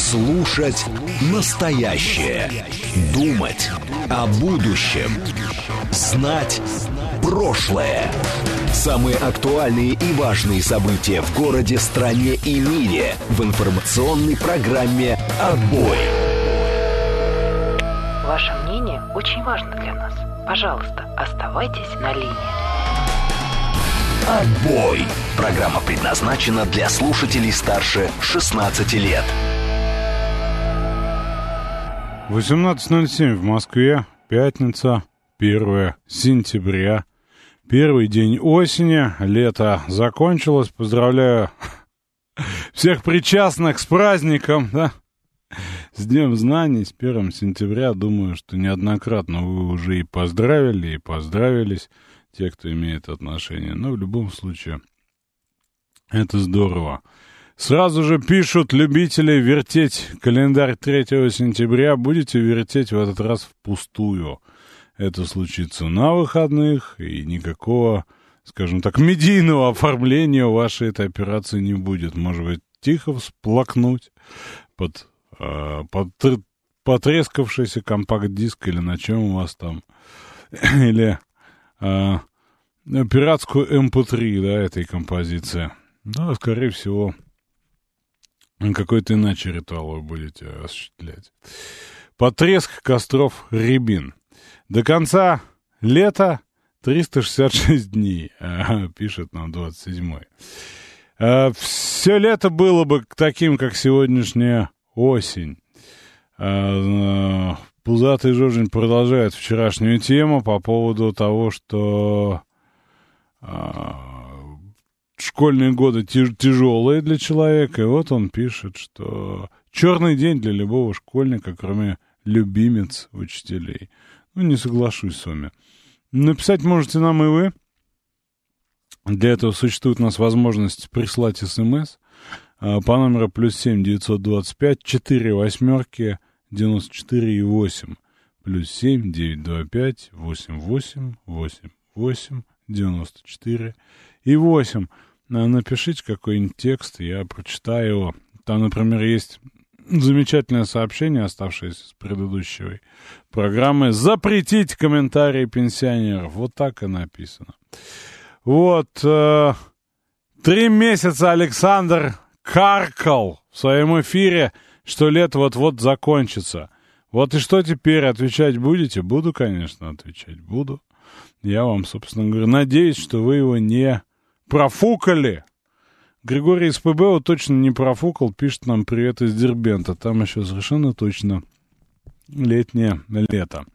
Слушать настоящее. Думать о будущем. Знать прошлое. Самые актуальные и важные события в городе, стране и мире в информационной программе «Отбой». Ваше мнение очень важно для нас. Пожалуйста, оставайтесь на линии. «Отбой». Программа предназначена для слушателей старше 16 лет. 18:07 в Москве. Пятница, 1 сентября. Первый день осени. Лето закончилось. Поздравляю всех причастных с праздником, да? С Днем Знаний, с 1 сентября. Думаю, что неоднократно вы уже и поздравили, и поздравились, те, кто имеет отношение. Но в любом случае, это здорово. Сразу же пишут любители вертеть календарь 3 сентября. Будете вертеть в этот раз впустую. Это случится на выходных, и никакого, скажем так, медийного оформления у вашей этой операции не будет. Может быть, тихо всплакнуть под потрескавшийся компакт-диск или на чем у вас там, или пиратскую MP3, да, этой композиции. Да, скорее всего, какой-то иначе ритуал вы будете осуществлять. Потреск костров рябин. До конца лета 366 дней, пишет нам 27-й. Все лето было бы таким, как сегодняшняя осень. Пузатый Жожень продолжает вчерашнюю тему по поводу того, что школьные годы тяжелые для человека. И вот он пишет, что черный день для любого школьника, кроме любимец учителей. Ну, не соглашусь с вами. Написать можете нам и вы. Для этого существует у нас возможность прислать СМС по номеру +7 925 4 восьмерки 94 и 8. +7 925 88 88 94 и 8. Напишите какой-нибудь текст, я прочитаю его. Там, например, есть замечательное сообщение, оставшееся с предыдущей программы. Запретить комментарии пенсионеров. Вот так и написано. Вот. 3 месяца Александр каркал в своем эфире, что лето вот-вот закончится. Вот и что теперь, отвечать будете? Буду, конечно, отвечать буду. Я вам, собственно говоря, надеюсь, что вы его не профукали. Григорий из ПБ вот точно не профукал, пишет нам привет из Дербента. Там еще совершенно точно летнее лето.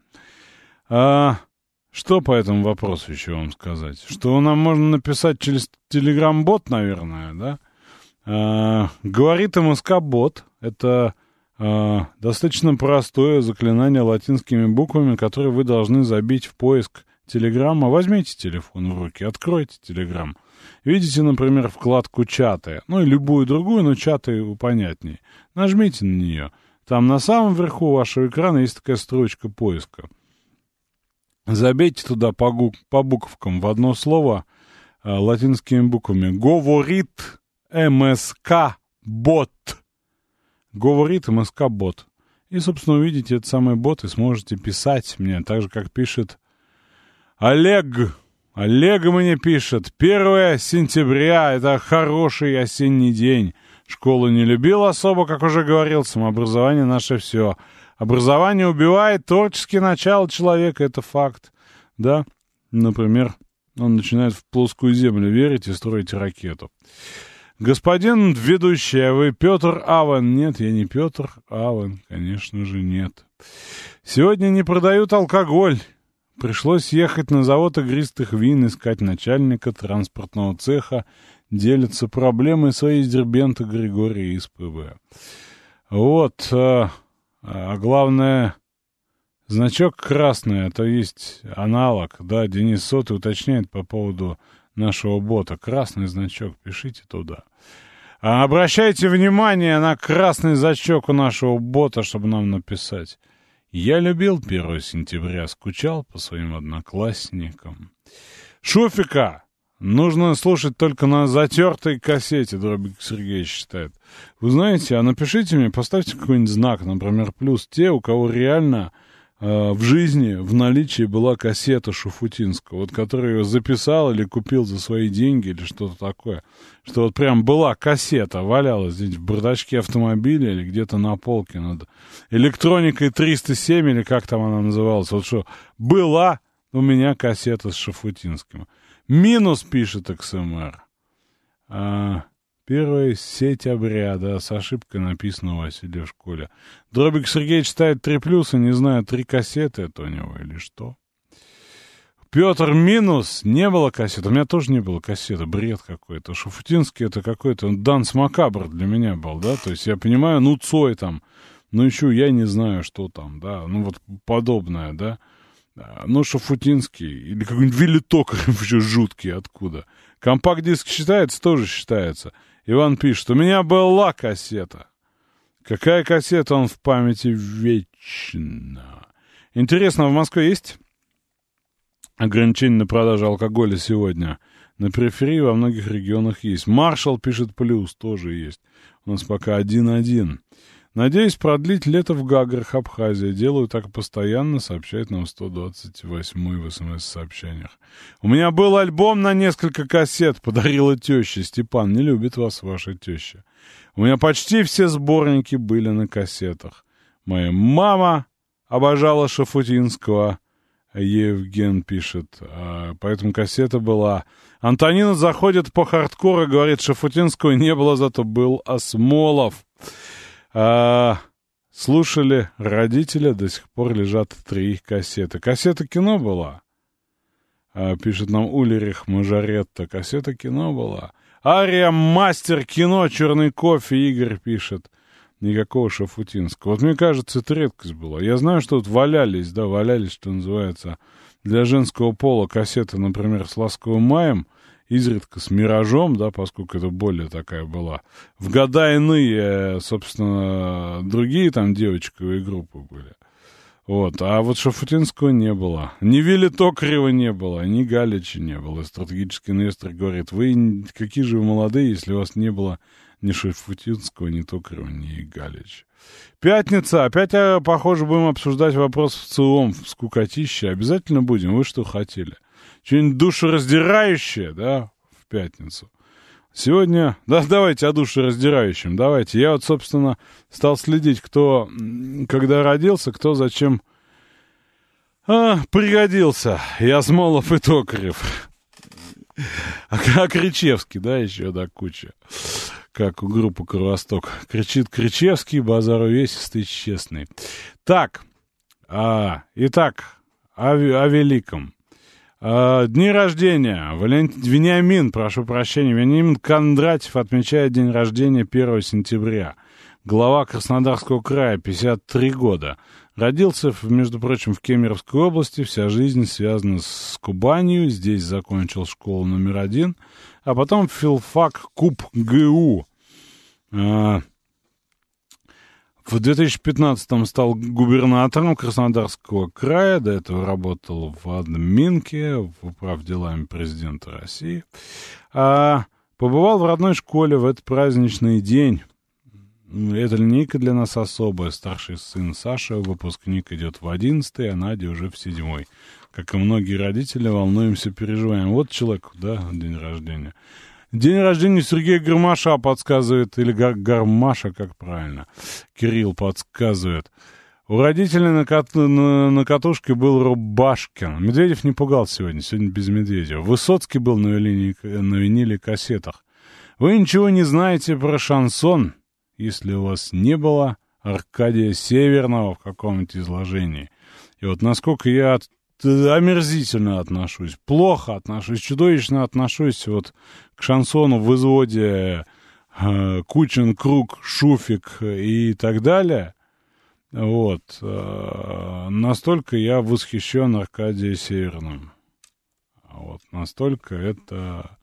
Что по этому вопросу еще вам сказать? Что нам можно написать через Telegram-бот, наверное, да? Говорит МСК-бот. Это достаточно простое заклинание латинскими буквами, которое вы должны забить в поиск Телеграма. Возьмите телефон в руки, откройте Телеграм. Видите, например, вкладку «Чаты». Ну, и любую другую, но «Чаты» понятнее. Нажмите на нее. Там на самом верху вашего экрана есть такая строчка поиска. Забейте туда по буковкам в одно слово латинскими буквами. «Говорит МСК-бот». «Говорит МСК-бот». И, собственно, увидите этот самый бот и сможете писать мне, так же, как пишет Олег. Олег мне пишет: 1 сентября — это хороший осенний день. Школу не любил особо, как уже говорил, самообразование наше все. Образование убивает творческие начала человека, это факт. Да, например, он начинает в плоскую землю верить и строить ракету. Господин ведущий, а вы Петр Авен? Нет, я не Петр Авен, конечно же нет. Сегодня не продают алкоголь. Пришлось ехать на завод игристых вин, искать начальника транспортного цеха, делится проблемой своей из Дербента Григория из ПБ. Вот, а главное, значок красный, это есть аналог, да, Денис Сотый уточняет по поводу нашего бота. Красный значок, пишите туда. Обращайте внимание на красный значок у нашего бота, чтобы нам написать. Я любил 1 сентября, скучал по своим одноклассникам. Шуфика Нужно слушать только на затертой кассете, Дробик Сергей считает. Вы знаете, а напишите мне, поставьте какой-нибудь знак, например, плюс те, у кого реально в жизни в наличии была кассета Шуфутинского, вот который ее записал или купил за свои деньги или что-то такое. Что вот прям была кассета, валялась здесь в бардачке автомобиля или где-то на полке над электроникой 307 или как там она называлась. Вот что, была у меня кассета с Шафутинским. Минус, пишет XMR. 1 сентября, да, с ошибкой написано у Василия в школе. Дробик Сергей читает 3 плюса, не знаю, 3 кассеты это у него или что. Петр минус, не было кассеты. У меня тоже не было кассеты, бред какой-то. Шафутинский это какой-то данс макабр для меня был, да, то есть я понимаю, ну Цой там, ну еще я не знаю, что там, да, ну вот подобное, да. Ну, Шафутинский или какой-нибудь Вилли Токарев еще жуткий, откуда. Компакт-диск считается? Тоже считается. Иван пишет, у меня была кассета. Какая кассета, он в памяти вечно. Интересно, в Москве есть ограничение на продажу алкоголя сегодня? На периферии во многих регионах есть. Маршал пишет плюс, тоже есть. У нас пока 1-1. Надеюсь продлить лето в Гаграх, Абхазия. Делаю так постоянно, сообщает нам 128-й в СМС-сообщениях. У меня был альбом на несколько кассет, подарила теща. Степан, не любит вас ваша теща. У меня почти все сборники были на кассетах. Моя мама обожала Шафутинского, Евген пишет, поэтому кассета была. Антонина заходит по хардкору, говорит, Шафутинского не было, зато был Осмолов. Слушали родители, до сих пор лежат 3 кассеты. Кассета кино была? Пишет нам Ульрих Мажоретто. Кассета кино была. Ария Мастер кино, черный кофе, Игорь пишет. Никакого Шафутинского. Вот мне кажется, это редкость была. Я знаю, что тут валялись, что называется, для женского пола кассеты, например, с «Ласковым маем», изредка с «Миражом», да, поскольку это более такая была. В года иные, собственно, другие там девочковые группы были. Вот. А вот Шафутинского не было. Ни Вилли Токарева не было, ни Галича не было. Стратегический инвестор говорит, вы какие же вы молодые, если у вас не было ни Шафутинского, ни Токарева, ни Галича. Пятница. Опять, похоже, будем обсуждать вопрос в целом, в скукотище. Обязательно будем. Вы что хотели? Что-нибудь душераздирающее, да, в пятницу. Сегодня, да, давайте о душераздирающем, давайте. Я вот, собственно, стал следить, кто, когда родился, кто зачем пригодился. И Осмолов, и Токарев. А Кричевский, да, еще, да, куча. Как у группы «Кровосток». Кричит Кричевский, базар увесистый, честный. Так, итак, о великом. Дни рождения. Вениамин, прошу прощения, Вениамин Кондратьев отмечает день рождения 1 сентября. Глава Краснодарского края, 53 года. Родился, между прочим, в Кемеровской области. Вся жизнь связана с Кубанью. Здесь закончил школу номер 1. А потом филфак КУП ГУ. В 2015-м стал губернатором Краснодарского края. До этого работал в админке, в управделами президента России. Побывал в родной школе в этот праздничный день. Эта линейка для нас особая. Старший сын Саша, выпускник, идет в 11-й, а Надя уже в 7-й. Как и многие родители, волнуемся, переживаем. Вот человеку, да, день рождения. День рождения Сергея Гармаша подсказывает, или Гармаша, как правильно, Кирилл подсказывает. У родителей на катушке был Рубашкин. Медведев не пугал сегодня без Медведева. Высоцкий был на виниле кассетах. Вы ничего не знаете про шансон, если у вас не было Аркадия Северного в каком-нибудь изложении. И вот насколько я омерзительно отношусь, плохо отношусь, чудовищно отношусь вот к шансону в изводе Кучин, Круг, Шуфик и так далее. Вот. Настолько я восхищен Аркадием Северным. Вот. Настолько это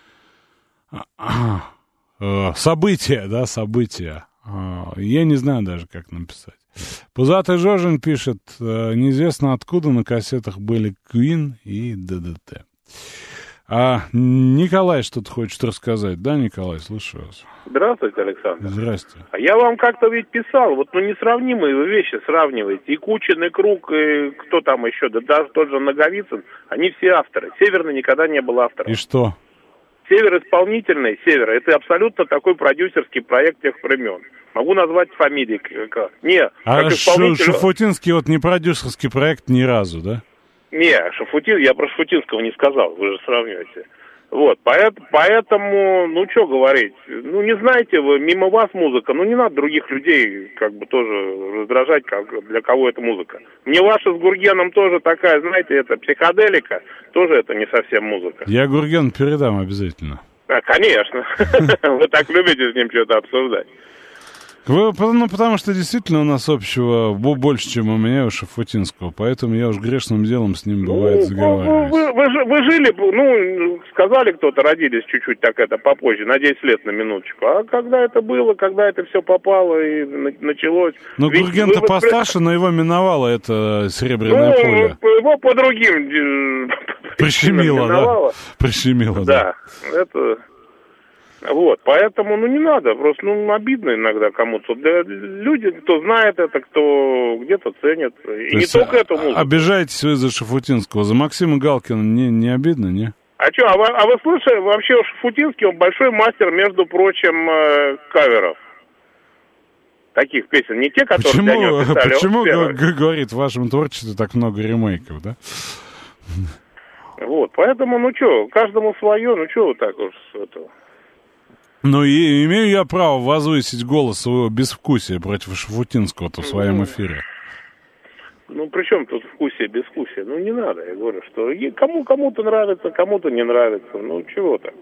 событие, да, событие. Я не знаю даже, как написать. Пузатый Жожин пишет, неизвестно откуда на кассетах были Queen и ДДТ. А Николай что-то хочет рассказать. Да, Николай, слушаю вас. Здравствуйте, Александр. Здрасте. А я вам как-то ведь писал, вот несравнимые вы вещи сравниваете. И Кучин, и Круг, и кто там еще, да даже тот же Наговицын, они все авторы. Северный никогда не был автором. И что? Север исполнительный, Север, это абсолютно такой продюсерский проект тех времен. Могу назвать фамилии. Не, как исполнитель... Шафутинский вот не продюсерский проект ни разу, да? Не, я про Шафутинского не сказал, вы же сравниваете. Вот, поэтому, ну, что говорить, ну, не знаете вы, мимо вас музыка, ну, не надо других людей, как бы, тоже раздражать, для кого это музыка. Мне ваша с Гургеном тоже такая, знаете, это психоделика, тоже это не совсем музыка. Я Гургену передам обязательно. Конечно, вы так любите с ним что-то обсуждать. Ну, потому что действительно у нас общего больше, чем у меня и у Шафутинского, поэтому я уж грешным делом с ним, бывает, заговариваюсь. Вы жили, ну, сказали кто-то, родились чуть-чуть так это попозже, на 10 лет на минуточку. А когда это было, когда это все попало и началось... Ну, Гурген-то постарше, но его миновало это серебряное поле. Его по другим... Прищемило, да? Прищемило, да. Да, это... Вот, поэтому, ну, не надо, просто, ну, обидно иногда кому-то. Да, люди, кто знает это, кто где-то ценит, и то не только эту музыку. Обижаетесь вы за Шафутинского, за Максима Галкина не обидно, не? А что, а вы слышали, вообще Шафутинский, он большой мастер, между прочим, каверов. Таких песен, не те, которые для него писали. Почему, говорит, в вашем творчестве так много ремейков, да? Вот, поэтому, ну, что, каждому свое, ну, что вот так уж с этого... Ну, и имею я право возвысить голос своего безвкусия против Шафутинского-то в своем эфире. Ну, при чем тут вкусие, безвкусие? Ну, не надо, я говорю, что кому-то нравится, кому-то не нравится. Ну, чего так?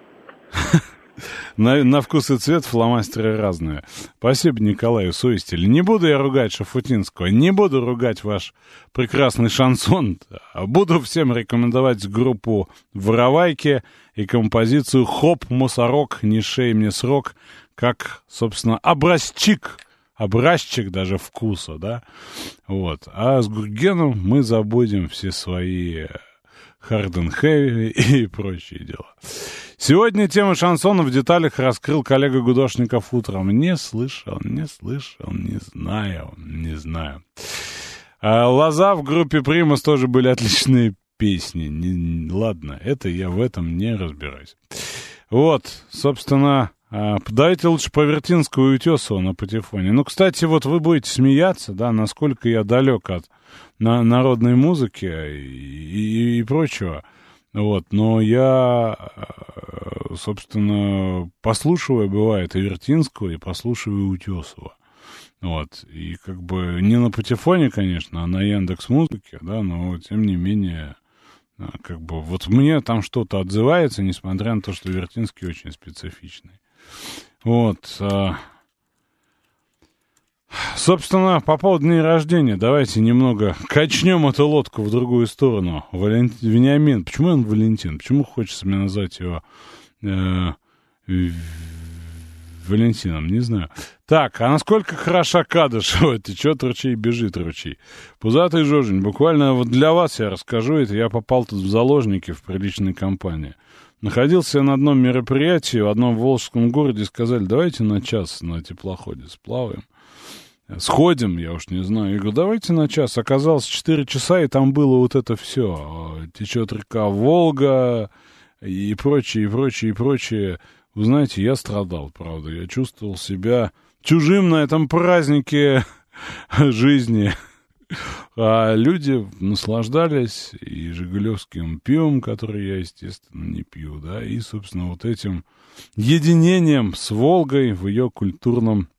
На вкус и цвет фломастеры разные. Спасибо, Николаю, совестили. Не буду я ругать Шафутинского, не буду ругать ваш прекрасный шансон. Буду всем рекомендовать группу «Воровайки» и композицию «Хоп, мусорок, не шей мне срок», как, собственно, образчик даже вкуса, да? Вот. А с Гургеном мы забудем все свои hard and heavy и прочие дела. Сегодня тему шансона в деталях раскрыл коллега Гудошников утром. Не слышал, не знаю. А Лоза в группе Примус тоже были отличные песни. Ладно, это я в этом не разбираюсь. Вот, собственно, давайте лучше по Вертинскому и Утесову на патефоне. Ну, кстати, вот вы будете смеяться, да, насколько я далек от народной музыки и прочего. Вот, но я, собственно, послушиваю, бывает, и Вертинского, и послушиваю Утесова. Вот, и как бы не на патефоне, конечно, а на Яндекс.Музыке, да, но тем не менее, как бы, вот мне там что-то отзывается, несмотря на то, что Вертинский очень специфичный. Вот, собственно, по поводу дней рождения, давайте немного качнем эту лодку в другую сторону. Вениамин, почему он Валентин? Почему хочется мне назвать его Валентином? Не знаю. Так, а насколько хороша Кадышева? Течет ручей, бежит ручей. Пузатый Жожень, буквально вот для вас я расскажу это. Я попал тут в заложники в приличной компании. Находился я на одном мероприятии в одном волжском городе. Сказали, давайте на час на теплоходе сплаваем. Сходим, я уж не знаю. Я говорю, давайте на час. Оказалось 4 часа, и там было вот это все. Течет река Волга и прочее. Вы знаете, я страдал, правда. Я чувствовал себя чужим на этом празднике жизни. А люди наслаждались и жигулевским пивом, который я, естественно, не пью, да, и, собственно, вот этим единением с Волгой в ее культурном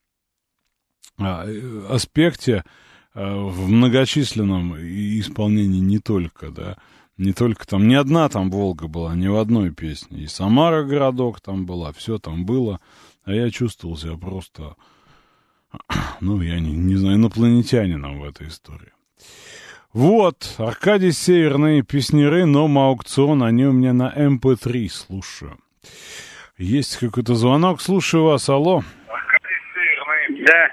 аспекте, в многочисленном исполнении не только, да, не только там, не одна там Волга была, ни в одной песне, и Самара городок там была, все там было, а я чувствовал себя просто, ну, я не знаю, инопланетянином в этой истории. Вот, Аркадий Северные песняры, Нома-аукцион, они у меня на MP3, слушаю. Есть какой-то звонок, слушаю вас, алло. Да,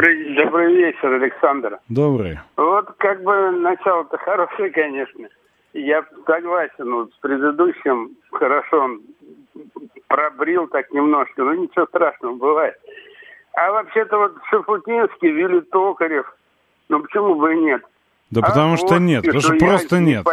добрый вечер, Александр. Добрый. Вот как бы начало-то хорошее, конечно. Я согласен, вот с предыдущим хорошо он пробрил так немножко, но ничего страшного бывает. А вообще-то вот Шафутинский, Вилли Токарев, ну почему бы и нет? Да потому что нет, потому что просто нет.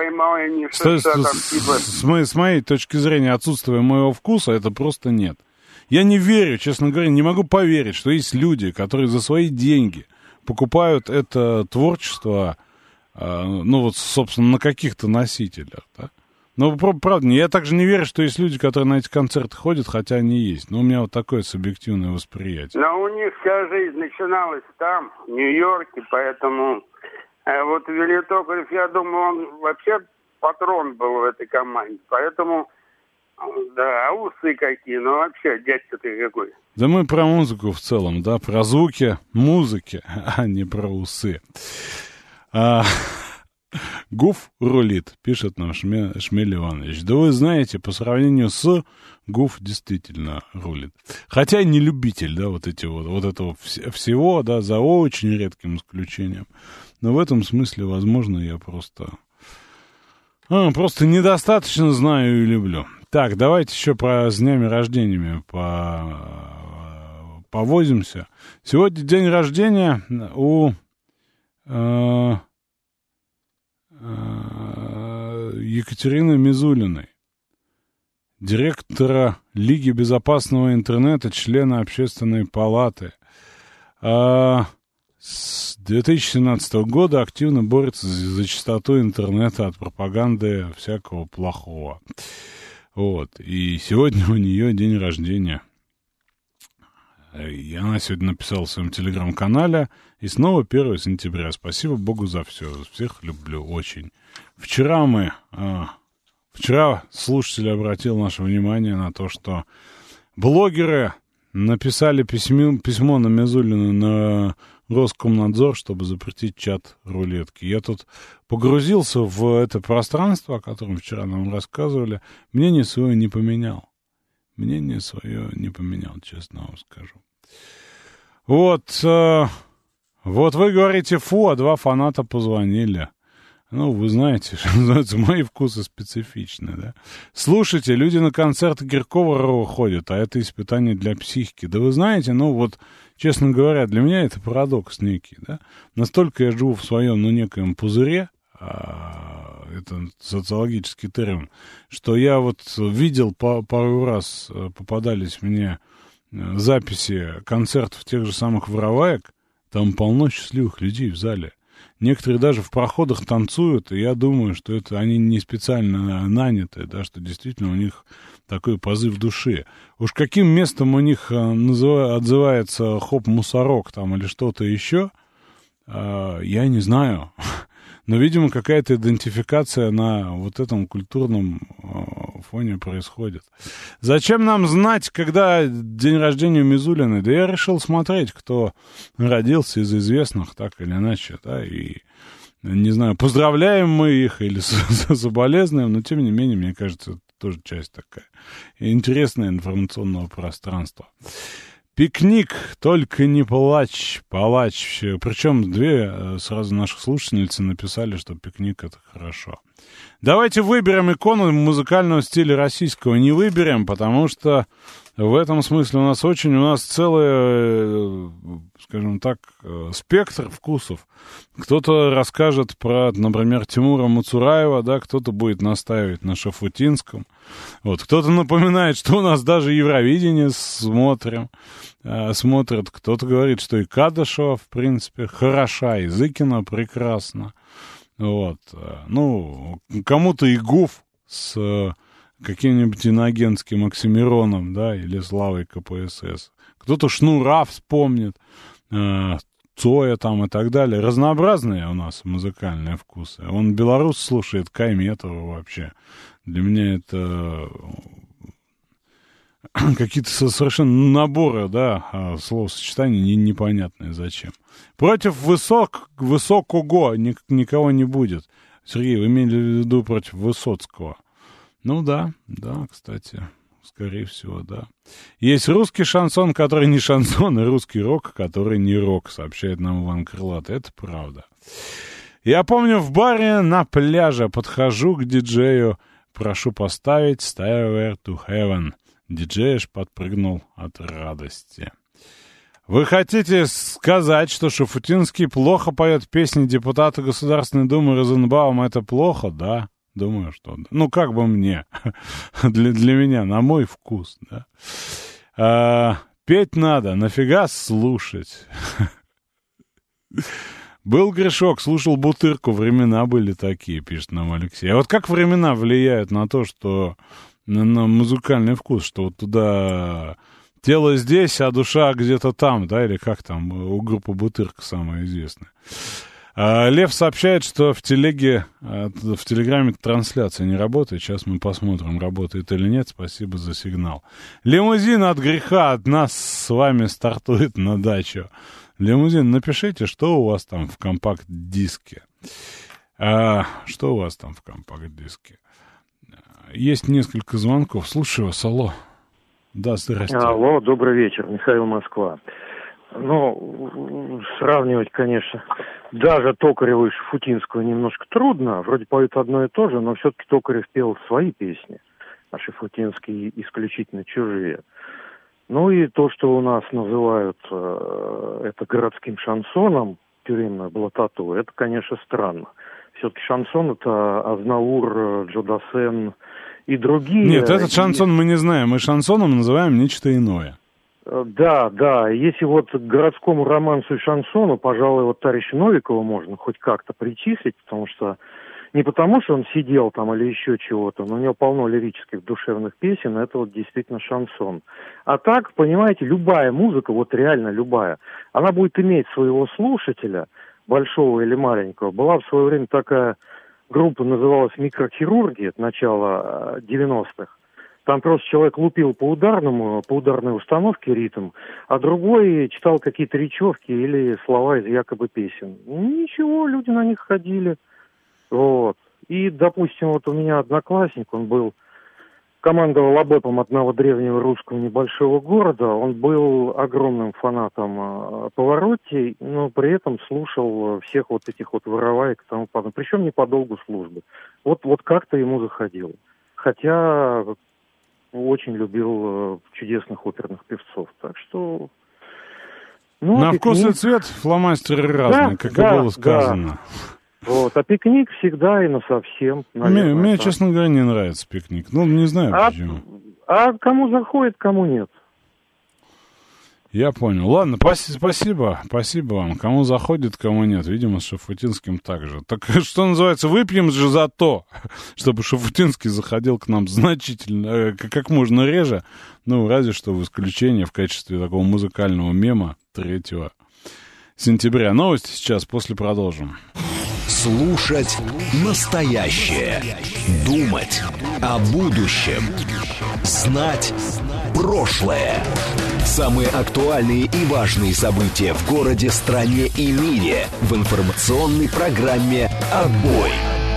С моей точки зрения, отсутствие моего вкуса, это просто нет. Я не верю, честно говоря, не могу поверить, что есть люди, которые за свои деньги покупают это творчество, ну вот, собственно, на каких-то носителях, да? Но, правда, я также не верю, что есть люди, которые на эти концерты ходят, хотя они есть. Но у меня вот такое субъективное восприятие. Но у них вся жизнь начиналась там, в Нью-Йорке, поэтому вот Вилли Токарев, я думаю, он вообще патрон был в этой команде. Поэтому, да, а усы какие, ну вообще, дядька ты какой. Да мы про музыку в целом, да, про звуки музыки, а не про усы. Гуф рулит, пишет нам Шмель Иванович. Да вы знаете, по сравнению с Гуф действительно рулит. Хотя и не любитель, да, вот этого всего, да, за очень редким исключением. Но в этом смысле, возможно, я просто недостаточно знаю и люблю. Так, давайте еще с днями рождениями повозимся. Сегодня день рождения у Екатерины Мизулиной, директора Лиги безопасного интернета, члена Общественной палаты. С 2017 года активно борется за чистоту интернета от пропаганды всякого плохого. Вот. И сегодня у нее день рождения. И она сегодня написала в своем телеграм-канале. И снова 1 сентября. Спасибо Богу за все. Всех люблю очень. Вчера слушатель обратил наше внимание на то, что блогеры написали письмо на Мизулину на Роскомнадзор, чтобы запретить чат рулетки. Я тут погрузился в это пространство, о котором вчера нам рассказывали. Мнение свое не поменял. Честно вам скажу. Вот вы говорите фу, а 2 фаната позвонили. Ну, вы знаете, что называется, мои вкусы специфичны, да. Слушайте, люди на концерты Киркорова ходят, а это испытание для психики. Да вы знаете, ну вот, честно говоря, для меня это парадокс некий, да. Настолько я живу в своем, некоем пузыре, это социологический термин, что я вот видел пару раз, попадались мне записи концертов тех же самых «Вороваек», там полно счастливых людей в зале. Некоторые даже в проходах танцуют, и я думаю, что это они не специально наняты, да, что действительно у них такой позыв души. Уж каким местом у них отзывается хоп-мусорок там или что-то еще, я не знаю. Но, видимо, какая-то идентификация на вот этом культурном фоне происходит. Зачем нам знать, когда день рождения у Мизулиной? Да я решил смотреть, кто родился из известных, так или иначе, да, и, не знаю, поздравляем мы их или соболезнуем, но, тем не менее, мне кажется, это тоже часть такая интересная информационного пространства. Пикник, только не плачь, палач. Причем 2 сразу наших слушательницы написали, что пикник — это хорошо. Давайте выберем икону музыкального стиля российского. Не выберем, потому что в этом смысле у нас целый, скажем так, спектр вкусов. Кто-то расскажет про, например, Тимура Муцураева, да, кто-то будет настаивать на Шафутинском. Вот, кто-то напоминает, что у нас даже Евровидение смотрят. Кто-то говорит, что и Кадышева, в принципе, хороша, и Зыкина прекрасна. Вот. Ну, кому-то и Гуф с каким-нибудь иноагентским Оксимироном, да, или Славой КПСС. Кто-то Шнура вспомнит, Цоя там и так далее. Разнообразные у нас музыкальные вкусы. Он белорус слушает Кайметова вообще. Для меня это какие-то совершенно наборы, да, словосочетаний непонятные зачем. Против Высокого никого не будет. Сергей, вы имели в виду против Высоцкого? Ну да, кстати, скорее всего, да. Есть русский шансон, который не шансон, и русский рок, который не рок, сообщает нам Иван Крылатый. Это правда. Я помню, в баре на пляже подхожу к диджею, прошу поставить Stairway to Heaven. Диджей аж подпрыгнул от радости. Вы хотите сказать, что Шафутинский плохо поет песни депутата Государственной Думы Розенбаума? Это плохо? Да, думаю, что да. Ну, как бы мне. для меня, на мой вкус, да. Петь надо, нафига слушать? Был грешок, слушал Бутырку, времена были такие, пишет нам Алексей. А вот как времена влияют на то, что на музыкальный вкус, что вот туда тело здесь, а душа где-то там, да, или как там у группы Бутырка самая известная. Лев сообщает, что в Телеграме трансляция не работает. Сейчас мы посмотрим, работает или нет. Спасибо за сигнал. Лимузин от греха от нас с вами стартует на дачу. Лимузин, напишите, что у вас там в компакт-диске. Что у вас там в компакт-диске? Есть несколько звонков. Слушаю вас, алло. Да, здрасте. Алло, добрый вечер, Михаил, Москва. Ну, сравнивать, конечно, даже Токарева и Шафутинского немножко трудно. Вроде поют одно и то же, но все-таки Токарев пел свои песни, а Шафутинский исключительно чужие. Ну и то, что у нас называют это городским шансоном, тюремную блатату, это, конечно, странно. Все-таки шансон — это Азнаур, Джо Дассен и другие. Нет, этот шансон мы не знаем. Мы шансоном называем нечто иное. Да. Если вот к городскому романсу и шансону, пожалуй, вот товарища Новикова можно хоть как-то причислить, потому что не потому, что он сидел там или еще чего-то, но у него полно лирических душевных песен, это вот действительно шансон. А так, понимаете, любая музыка, вот реально любая, она будет иметь своего слушателя, большого или маленького. Была в свое время такая группа, называлась «Микрохирурги», от начала 90-х. Там просто человек лупил по ударной установке ритм, а другой читал какие-то речевки или слова из якобы песен. Ничего, люди на них ходили. Вот. И, допустим, вот у меня одноклассник, он командовал обэпом одного древнего русского небольшого города, он был огромным фанатом Паваротти, но при этом слушал всех вот этих вот вороваек и тому подобное, причем не по долгу службы. Вот как-то ему заходило. Хотя очень любил чудесных оперных певцов, так что... Ну, на вкус и цвет фломастеры разные, как и было сказано. Да. Вот, а пикник всегда и насовсем. Мне, честно говоря, не нравится пикник. Ну, не знаю почему. А кому заходит, кому нет. Я понял. Ладно, спасибо вам. Кому заходит, кому нет. Видимо, с Шафутинским так же. Так что называется, выпьем же за то, чтобы Шафутинский заходил к нам значительно, как можно реже. Ну, разве что в исключение в качестве такого музыкального мема 3 сентября. Новости сейчас, после продолжим. Слушать настоящее. Думать о будущем. Знать прошлое. Самые актуальные и важные события в городе, стране и мире в информационной программе «Отбой».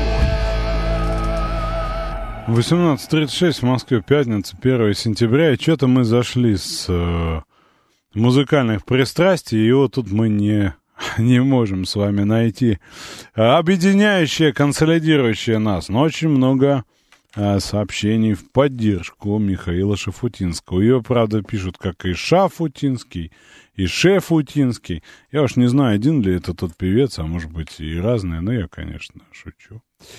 18:36 в Москве, пятница, 1 сентября. И что-то мы зашли с музыкальных пристрастий, и вот тут мы не можем с вами найти объединяющее, консолидирующее нас. Но очень много сообщений в поддержку Михаила Шафутинского. Ее, правда, пишут как и Шафутинский, и Шефутинский. Я уж не знаю, один ли это тот певец, а может быть и разные, но я, конечно, шучу.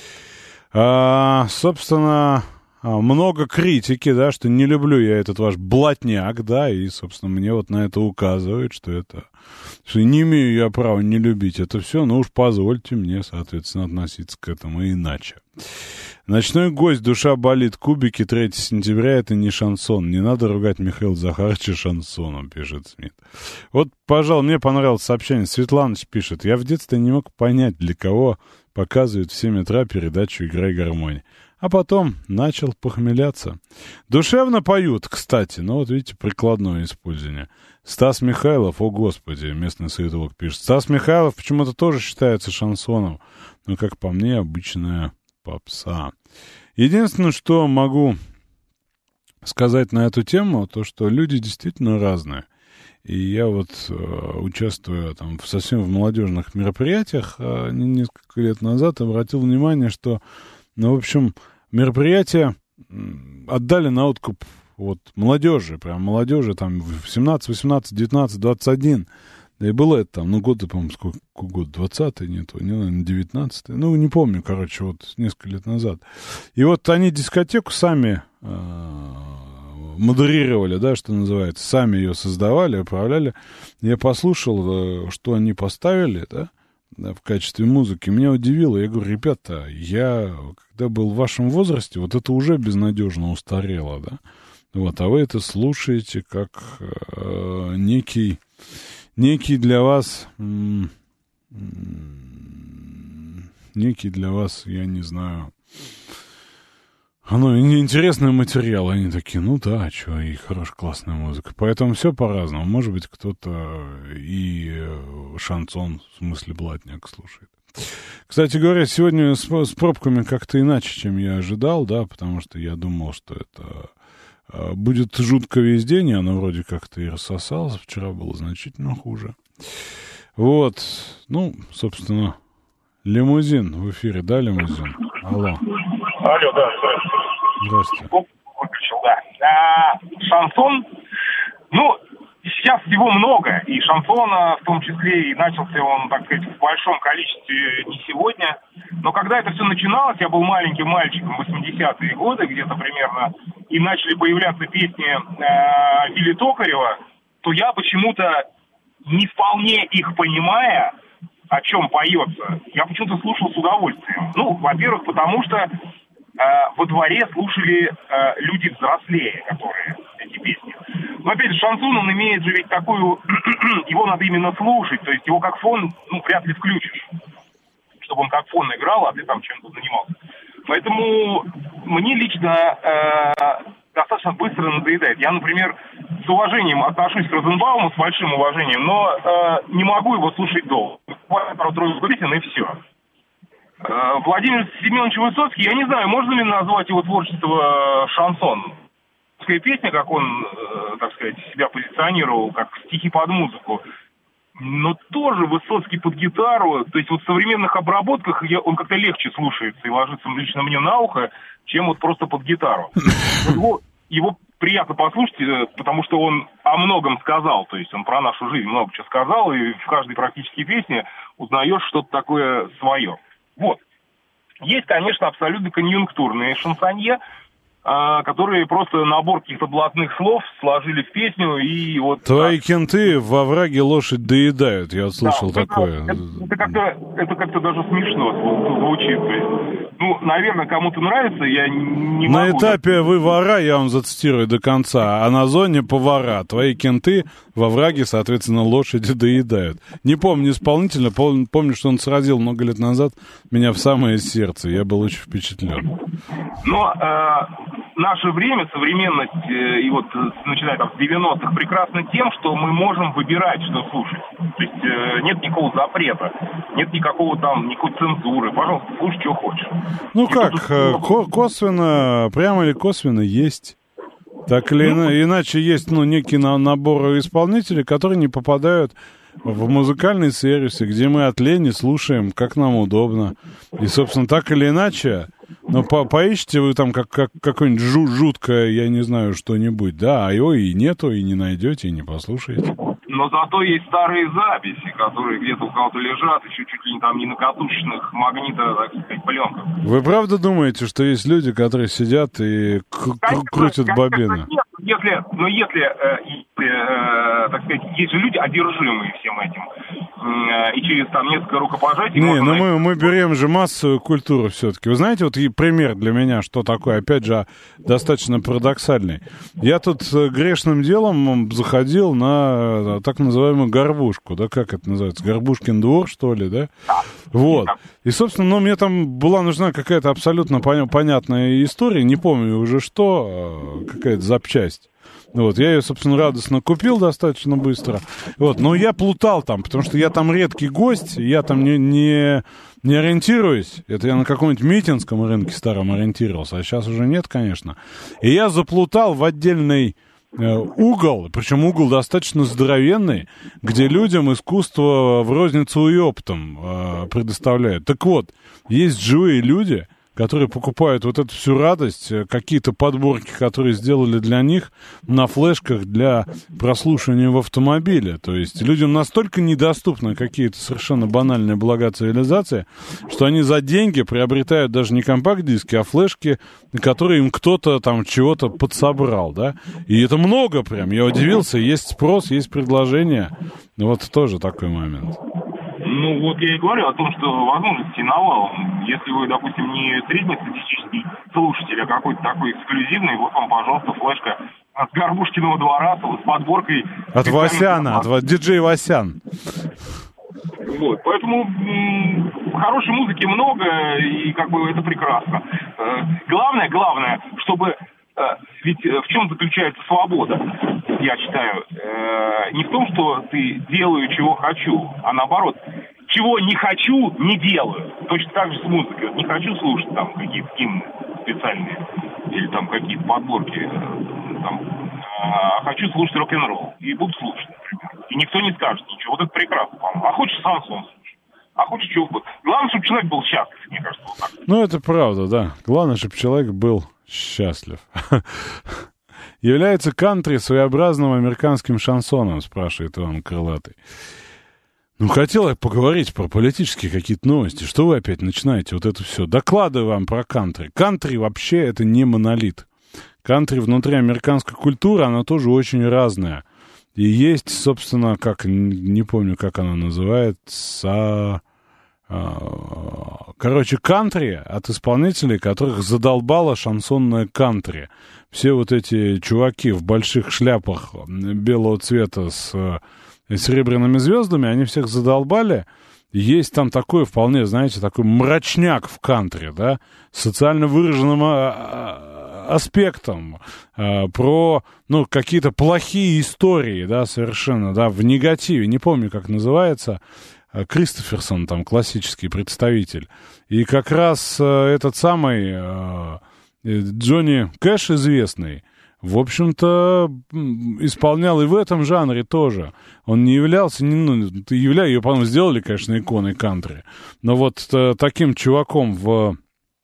Собственно, много критики, да, что не люблю я этот ваш блатняк, да, и, собственно, мне вот на это указывают, что не имею я права не любить это все, но уж позвольте мне, соответственно, относиться к этому иначе. Ночной гость, душа болит, кубики, 3 сентября, это не шансон. Не надо ругать Михаила Захаровича шансоном, пишет Смит. Вот, пожалуй, мне понравилось сообщение. Светланыч пишет: я в детстве не мог понять, для кого показывают в 7 утра передачу «Играй гармонь». А потом начал похмеляться. Душевно поют, кстати, но вот видите, прикладное использование. Стас Михайлов, о господи, местный советолог пишет. Стас Михайлов почему-то тоже считается шансоном, но, как по мне, обычная попса. Единственное, что могу сказать на эту тему, то, что люди действительно разные. И я вот, участвуя там совсем в молодежных мероприятиях, несколько лет назад обратил внимание, что, ну, в общем, мероприятия отдали на откуп вот молодежи, прям молодежи, там, 17, 18, 19, 21. Да и было это там, ну, годы, по-моему, сколько год, 20-й, не, наверное, 19-й. Ну, не помню, короче, вот несколько лет назад. И вот они дискотеку сами модерировали, да, что называется, сами ее создавали, управляли. Я послушал, что они поставили, да, в качестве музыки. Меня удивило. Я говорю, ребята, я, когда был в вашем возрасте, вот это уже безнадежно устарело, да. Вот, а вы это слушаете как некий для вас, я не знаю, интересный материал. Они такие, ну да, что, и хорошая, классная музыка. Поэтому все по-разному. Может быть, кто-то и шансон, в смысле блатняк, слушает. Кстати говоря, сегодня с пробками как-то иначе, чем я ожидал, да, потому что я думал, что это будет жутко весь день, и оно вроде как-то и рассосалось. Вчера было значительно хуже. Вот, ну, собственно, лимузин в эфире, да, лимузин? Алло. Алло, да, здравствуйте. Здравствуйте. Выключил, да. Шансон, ну, сейчас всего много, и шансона в том числе, и начался он, так сказать, в большом количестве не сегодня. Но когда это все начиналось, я был маленьким мальчиком, 80-е годы где-то примерно, и начали появляться песни Фили Токарева, то я почему-то, не вполне их понимая, о чем поется, я почему-то слушал с удовольствием. Ну, во-первых, потому что во дворе слушали люди взрослее, которые эти песни. Но опять же, шансон, он имеет же ведь такую, его надо именно слушать, то есть его как фон, ну, вряд ли включишь, чтобы он как фон играл, а ты там чем-то занимался. Поэтому мне лично достаточно быстро надоедает. Я, например, с уважением отношусь к Розенбауму, с большим уважением, но не могу его слушать долго. Пару-тройку песен и все. Владимир Семенович Высоцкий, я не знаю, можно ли назвать его творчество шансон? Песня, как он, так сказать, себя позиционировал, как стихи под музыку. Но тоже Высоцкий под гитару, то есть вот в современных обработках он как-то легче слушается и ложится лично мне на ухо, чем вот просто под гитару. Его приятно послушать, потому что он о многом сказал, то есть он про нашу жизнь много чего сказал, и в каждой практически песне узнаешь что-то такое свое. Вот. Есть, конечно, абсолютно конъюнктурные шансонье, которые просто набор каких-то блатных слов сложили в песню, и вот... Твои кенты во овраге лошадь доедают, я слышал такое. Это как-то даже смешно звучит. То есть, ну, наверное, кому-то нравится, я не могу... На этапе вы вора, я вам зацитирую до конца, а на зоне повара. Твои кенты во овраге, соответственно, лошади доедают. Не помню исполнителя, помню, что он сразил много лет назад меня в самое сердце, я был очень впечатлен. Но наше время, современность, и вот начиная там с 90-х, прекрасно тем, что мы можем выбирать, что слушать. То есть нет никакого запрета, нет никакой цензуры. Пожалуйста, слушай, что хочешь. Ну как, косвенно, прямо или косвенно есть. Так или иначе есть, некий набор исполнителей, которые не попадают в музыкальные сервисы, где мы от лени слушаем, как нам удобно. И, собственно, так или иначе, поищите вы там какое-нибудь жуткое, я не знаю, что-нибудь, да, а его и нету, и не найдете, и не послушаете. Но зато есть старые записи, которые где-то у кого-то лежат, еще чуть ли там не на катушечных магнитах, так сказать, пленках. Вы правда думаете, что есть люди, которые сидят и крутят бобины? Нет, если, так сказать, есть же люди, одержимые всем этим, и через там несколько рукопожатий... мы берем же массовую культуру все-таки. Вы знаете, вот и пример для меня, что такое, опять же, достаточно парадоксальный. Я тут грешным делом заходил на так называемую горбушку, да, как это называется, Горбушкин двор, что ли, да? Вот. И, собственно, мне там была нужна какая-то абсолютно понятная история, не помню уже что, какая-то запчасть. Вот, я ее, собственно, радостно купил достаточно быстро. Вот, но я плутал там, потому что я там редкий гость, я там не ориентируюсь. Это я на каком-нибудь митинском рынке старом ориентировался, а сейчас уже нет, конечно. И я заплутал в отдельной угол, причем угол достаточно здоровенный, где людям искусство в розницу и оптом предоставляют. Так вот, есть живые люди, которые покупают вот эту всю радость, какие-то подборки, которые сделали для них на флешках для прослушивания в автомобиле. То есть людям настолько недоступны какие-то совершенно банальные блага цивилизации, что они за деньги приобретают даже не компакт-диски, а флешки, которые им кто-то там чего-то подсобрал, да. И это много прям, я удивился, есть спрос, есть предложение. Вот тоже такой момент. Ну, вот я и говорю о том, что возможности навалом. Если вы, допустим, не среднестатистический слушатель, а какой-то такой эксклюзивный, вот вам, пожалуйста, флешка от Горбушкиного двора с подборкой... От Васяна, от диджей Васян. Вот, поэтому хорошей музыки много, и как бы это прекрасно. Главное, чтобы... Ведь в чем заключается свобода, я считаю, не в том, что ты делаю, чего хочу, а наоборот, чего не хочу, не делаю. Точно так же с музыкой. Не хочу слушать там какие-то гимны специальные или там какие-то подборки, там, а хочу слушать рок-н-ролл. И буду слушать, например. И никто не скажет ничего. Вот это прекрасно, по-моему. А хочешь шансон слушать. А хочешь чего угодно. Главное, чтобы человек был счастлив, мне кажется, вот так. Ну, это правда, да. Главное, чтобы человек был счастлив. Является кантри своеобразным американским шансоном, спрашивает Иван Крылатый. Ну, хотел я поговорить про политические какие-то новости. Что вы опять начинаете вот это все? Докладываю вам про кантри. Кантри вообще это не монолит. Кантри внутри американской культуры, она тоже очень разная. И есть, собственно, как, не помню, как она называется... Короче, кантри от исполнителей, которых задолбало шансонное кантри. Все вот эти чуваки в больших шляпах белого цвета с серебряными звездами, они всех задолбали. Есть там такой вполне, знаете, такой мрачняк в кантри, да, с социально выраженным аспектом, про, ну, какие-то плохие истории, да, совершенно, да, в негативе. Не помню, как называется. Кристоферсон, там, классический представитель. И как раз этот самый Джонни Кэш, известный, в общем-то, исполнял и в этом жанре тоже. Он не являлся, ее, по-моему, сделали, конечно, иконой кантри, но вот таким чуваком в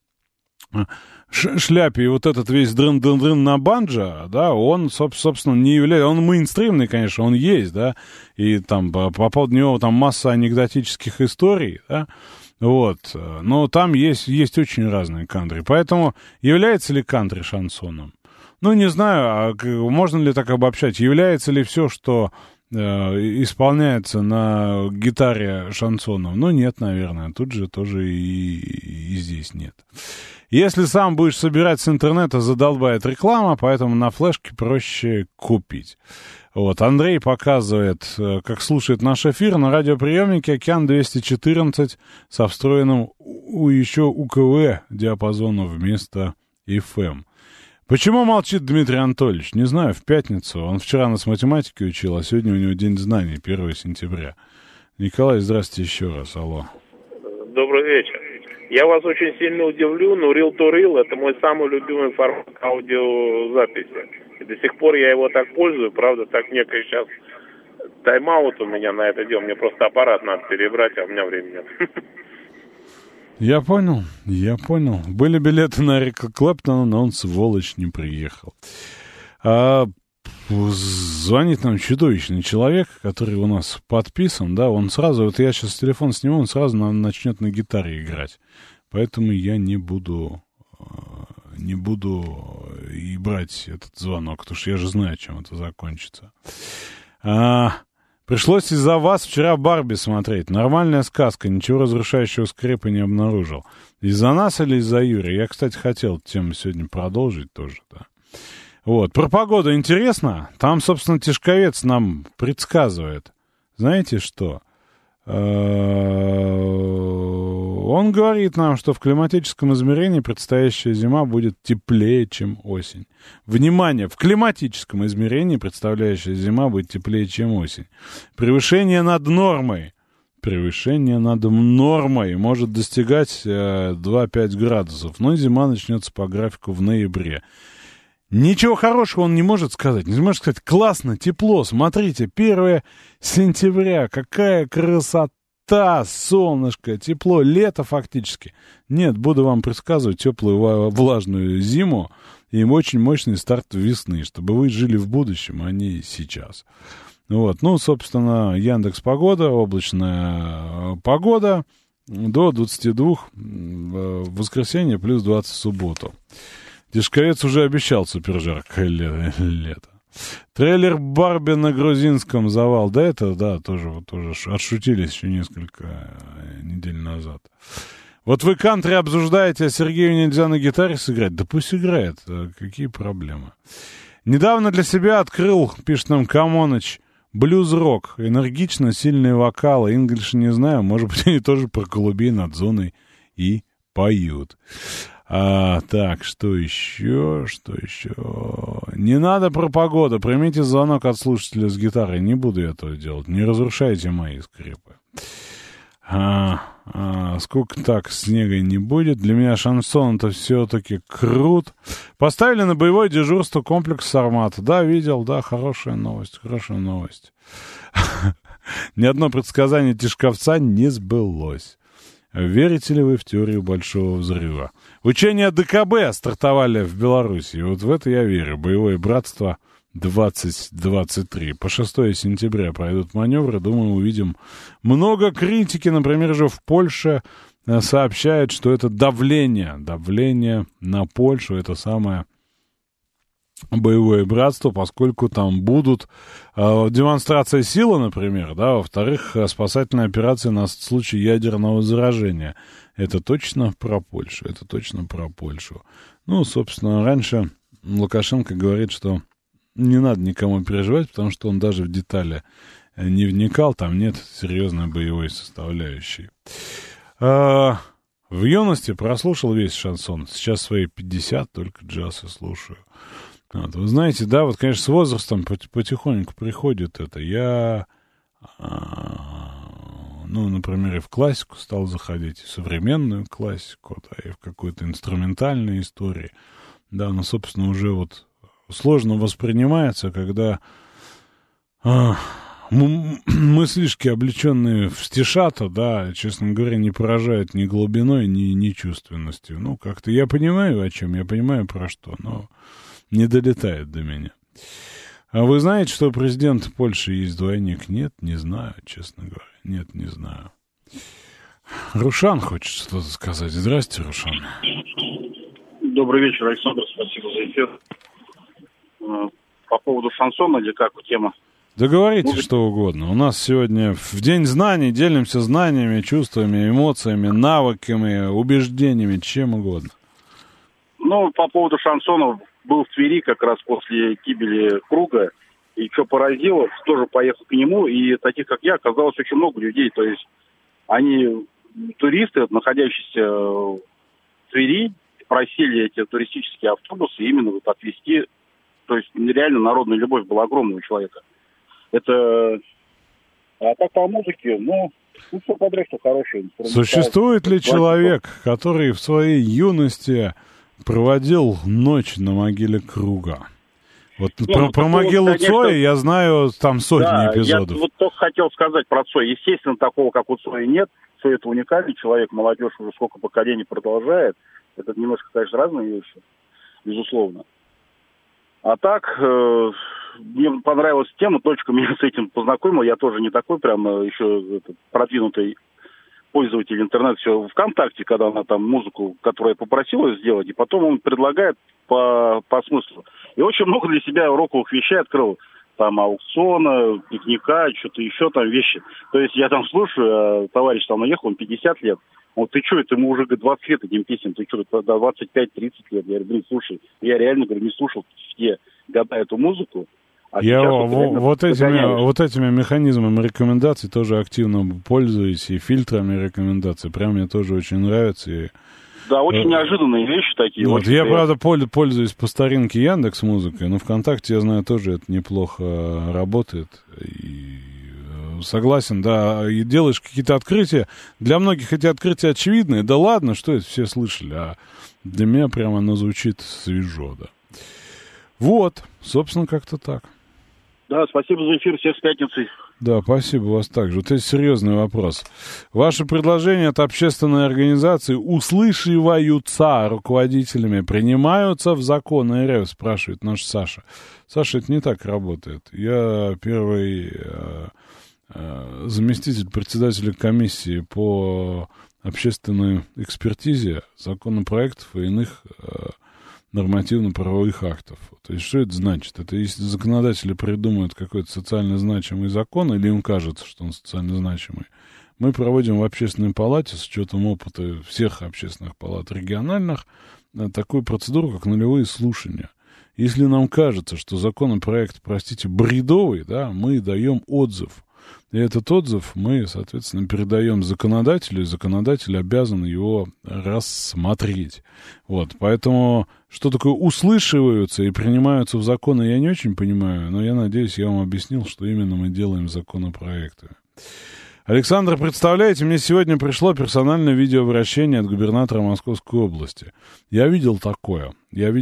шляпе и вот этот весь дрын-дрын-дрын на банджо, да, он, собственно, не является... Он мейнстримный, конечно, он есть, да, и там по поводу него там масса анекдотических историй, да, вот, но там есть очень разные кантри. Поэтому является ли кантри шансоном? Ну, не знаю, можно ли так обобщать, является ли все, что исполняется на гитаре шансоном? Ну, нет, наверное, тут же тоже и здесь нет. Если сам будешь собирать с интернета, задолбает реклама, поэтому на флешке проще купить. Вот, Андрей показывает, как слушает наш эфир на радиоприемнике «Океан-214» со встроенным еще УКВ диапазоном вместо FM. Почему молчит Дмитрий Анатольевич? Не знаю, в пятницу. Он вчера нас математики учил, а сегодня у него День знаний, 1 сентября. Николай, здравствуйте еще раз, алло. Добрый вечер. Я вас очень сильно удивлю, но Reel to Reel — это мой самый любимый формат аудиозаписи. И до сих пор я его так пользую, правда, так некое сейчас тайм-аут у меня на это дело. Мне просто аппарат надо перебрать, а у меня времени нет. Я понял. Были билеты на Эрика Клэптона, но он, сволочь, не приехал. Звонит нам чудовищный человек, который у нас подписан, да, он сразу, вот я сейчас телефон сниму, он сразу начнет на гитаре играть. Поэтому я не буду и брать этот звонок, потому что я же знаю, чем это закончится. Пришлось из-за вас вчера Барби смотреть. Нормальная сказка, ничего разрушающего скрипа не обнаружил. Из-за нас или из-за Юрия? Я, кстати, хотел тему сегодня продолжить тоже, да. Вот, про погоду интересно. Там, собственно, Тишковец нам предсказывает. Знаете что? Он говорит нам, что в климатическом измерении предстоящая зима будет теплее, чем осень. Внимание! В климатическом измерении предстоящая зима будет теплее, чем осень. Превышение над нормой может достигать 2-5 градусов. Но зима начнется по графику в ноябре. Ничего хорошего он не может сказать. Не может сказать: классно, тепло, смотрите, 1 сентября, какая красота, солнышко, тепло, лето фактически. Нет, буду вам предсказывать теплую влажную зиму и очень мощный старт весны, чтобы вы жили в будущем, а не сейчас. Вот, ну, собственно, Яндекс.Погода, облачная погода до 22 в воскресенье, плюс 20 в субботу. Тишковец уже обещал супержаркое лето. Трейлер Барби на грузинском завал. Да, это, да, тоже отшутились еще несколько недель назад. Вот вы кантри обсуждаете, а Сергею нельзя на гитаре сыграть. Да пусть играет. Какие проблемы? Недавно для себя открыл, пишет нам Камоныч, блюз-рок. Энергично, сильные вокалы. Инглиш не знаю. Может быть, они тоже про голубей над зоной и поют. Так, что еще? Не надо про погоду. Примите звонок от слушателя с гитарой. Не буду я этого делать. Не разрушайте мои скрипы. Сколько так снега не будет. Для меня шансон это все-таки крут. Поставили на боевое дежурство комплекс «Сармат». Да, видел, да, хорошая новость. Ни одно предсказание Тишковца не сбылось. Верите ли вы в теорию Большого Взрыва? Учения ДКБ стартовали в Беларуси. Вот в это я верю. Боевое братство 2023. По 6 сентября пройдут маневры. Думаю, увидим много критики. Например, же в Польше сообщают, что это давление на Польшу. Это самое боевое братство, поскольку там будут демонстрация силы, например, да, во-вторых, спасательная операция на случай ядерного заражения. Это точно про Польшу, Ну, собственно, раньше Лукашенко говорит, что не надо никому переживать, потому что он даже в детали не вникал, там нет серьезной боевой составляющей. В юности прослушал весь шансон, сейчас свои 50 только джаз и слушаю. Вот, вы знаете, да, вот, конечно, с возрастом потихоньку приходит это. Я, например, и в классику стал заходить, и в современную классику, да, и в какую-то инструментальную историю. Да, но, собственно, уже вот сложно воспринимается, когда мыслишки, облеченные в стишата, да, честно говоря, не поражают ни глубиной, ни чувственностью. Ну, как-то я понимаю, о чем, я понимаю, про что, но не долетает до меня. А вы знаете, что у президента Польши есть двойник? Нет, не знаю, честно говоря. Нет, не знаю. Рушан хочет что-то сказать. Здрасте, Рушан. Добрый вечер, Александр. Спасибо за эфир. По поводу шансона или как тема? Да говорите что угодно. У нас сегодня в День знаний делимся знаниями, чувствами, эмоциями, навыками, убеждениями, чем угодно. Ну, по поводу шансона, был в Твери как раз после гибели Круга, и что поразило, тоже поехал к нему, и таких, как я, оказалось очень много людей. То есть они, туристы, находящиеся в Твери, просили эти туристические автобусы именно вот отвезти. То есть реально народная любовь была огромная у человека. Это... А так по музыке, все подряд, что хорошее. Существует ли человек, который в своей юности проводил ночь на могиле Круга? Вот про могилу Цоя я знаю там сотни эпизодов. Я вот только хотел сказать про Цоя. Естественно, такого, как у Цоя, нет. Цой — это уникальный человек, молодежь уже сколько поколений продолжает. Это немножко, конечно, разные вещи, безусловно. А так, мне понравилась тема, точка меня с этим познакомила. Я тоже не такой прям еще продвинутый пользователь интернета, все ВКонтакте, когда она там музыку, которую я попросил ее сделать, и потом он предлагает по смыслу. И очень много для себя роковых вещей открыл. Там аукциона, пикника, что-то еще там вещи. То есть я там слушаю, товарищ там наехал, он 50 лет. Вот ты что, это ему уже 20 лет этим песням, ты что, 25-30 лет. Я говорю, слушай, я реально, говорю, не слушал все года эту музыку. Я вот этими механизмами рекомендаций тоже активно пользуюсь, и фильтрами рекомендаций. Прям мне тоже очень нравится. И, да, очень неожиданные вещи такие. Вот, я, правда, пользуюсь по старинке Яндекс.Музыкой, но ВКонтакте, я знаю, тоже это неплохо работает. И согласен, да, и делаешь какие-то открытия. Для многих эти открытия очевидные. Да ладно, что это все слышали, а для меня прямо оно звучит свежо, да. Вот, собственно, как-то так. Да, спасибо за эфир, всех с пятницей. Да, спасибо вас также. Вот это серьезный вопрос. Ваши предложения от общественной организации услышиваются руководителями, принимаются в закон РФ, спрашивает наш Саша. Саша, это не так работает. Я первый заместитель председателя комиссии по общественной экспертизе законопроектов и иных нормативно-правовых актов. То есть, что это значит? Это если законодатели придумают какой-то социально значимый закон, или им кажется, что он социально значимый, мы проводим в общественной палате, с учетом опыта всех общественных палат региональных, такую процедуру, как нулевые слушания. Если нам кажется, что законопроект, простите, бредовый, да, мы даем отзыв. И этот отзыв мы, соответственно, передаем законодателю, и законодатель обязан его рассмотреть. Вот, поэтому, что такое услышиваются и принимаются в законы, я не очень понимаю, но я надеюсь, я вам объяснил, что именно мы делаем с законопроектами. Александр, представляете, мне сегодня пришло персональное видеообращение от губернатора Московской области. Я видел такое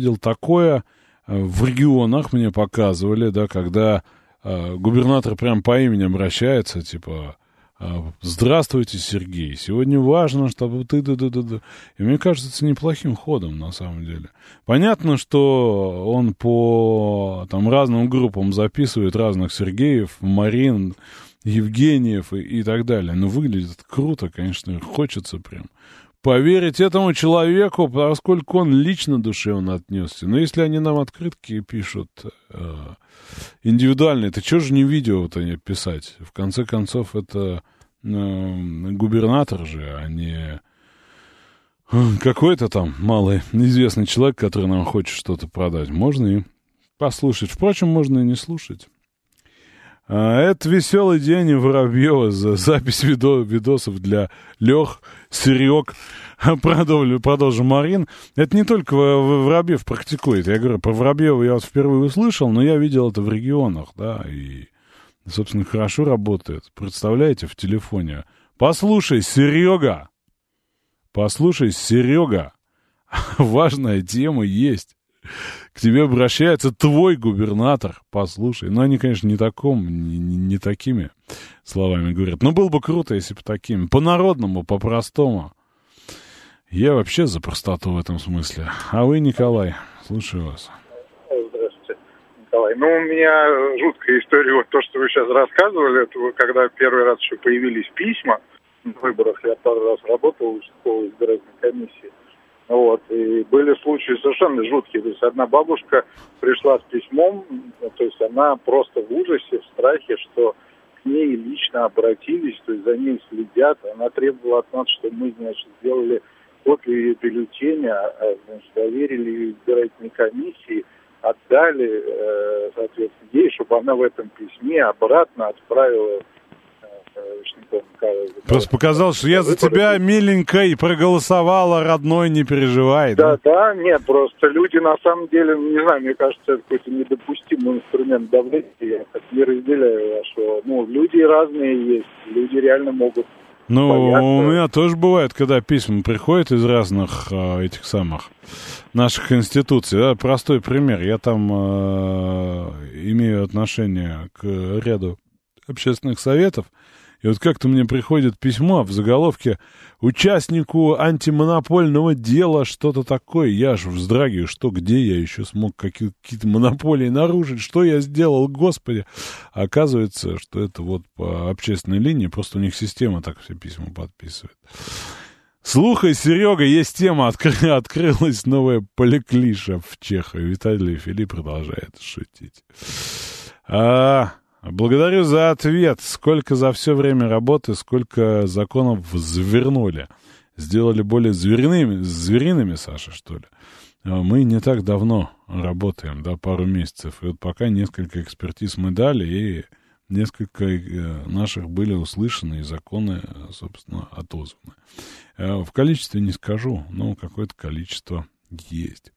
в регионах, мне показывали, да, когда губернатор прям по имени обращается, типа, здравствуйте, Сергей, сегодня важно, чтобы ты... И мне кажется, это неплохим ходом, на самом деле. Понятно, что он по разным группам записывает разных Сергеев, Марин, Евгениев и так далее. Но выглядит круто, конечно, хочется прям поверить этому человеку, поскольку он лично душевно отнесся. Но если они нам открытки пишут индивидуальные, то чего же не видео-то не писать? В конце концов, это губернатор же, а не какой-то там малый неизвестный человек, который нам хочет что-то продать. Можно и послушать. Впрочем, можно и не слушать. Это «Веселый день» и Воробьева за запись видосов для Лех, Серег. Продолжим, Марин. Это не только Воробьев практикует. Я говорю, про Воробьева я вот впервые услышал, но я видел это в регионах, да, и, собственно, хорошо работает. Представляете, в телефоне. Послушай, Серега, важная тема есть. К тебе обращается твой губернатор, послушай. Но они, конечно, не такими словами говорят. Но было бы круто, если бы такими. По-народному, по-простому. Я вообще за простоту в этом смысле. А вы, Николай, слушаю вас. Здравствуйте, Николай. Ну, у меня жуткая история. Вот то, что вы сейчас рассказывали, это когда первый раз еще появились письма на выборах. Я пару раз работал в участковой избирательной комиссии. Вот, и были случаи совершенно жуткие. То есть одна бабушка пришла с письмом, то есть она просто в ужасе, в страхе, что к ней лично обратились, то есть за ней следят. Она требовала от нас, чтобы мы, значит, сделали копию ее бюллетеня, значит, доверили ее избирательной комиссии, отдали, соответственно, ей, чтобы она в этом письме обратно отправила. Просто показал, что я за тебя, миленькая, и проголосовала, родной, не переживай. Да, нет, просто люди на самом деле, не знаю, мне кажется, это какой-то недопустимый инструмент давления. Я не разделяю вашего. Люди разные есть, люди реально могут. Бояться. У меня тоже бывает, когда письма приходят из разных этих самых наших институций. Да, простой пример. Я там имею отношение к ряду общественных советов. И вот как-то мне приходит письмо в заголовке «Участнику антимонопольного дела» что-то такое. Я аж вздрагиваю, где я еще смог какие-то монополии нарушить, что я сделал, господи. А оказывается, что это вот по общественной линии, просто у них система так все письма подписывает. Слухай, Серега, есть тема, открылась новая поликлиша в Чехии. Виталий Филипп продолжает шутить. Благодарю за ответ. Сколько за все время работы, сколько законов завернули. Сделали более звериными, Саша, что ли? Мы не так давно работаем, да, пару месяцев. И вот пока несколько экспертиз мы дали, и несколько наших были услышаны, и законы, собственно, отозваны. В количестве не скажу, но какое-то количество есть.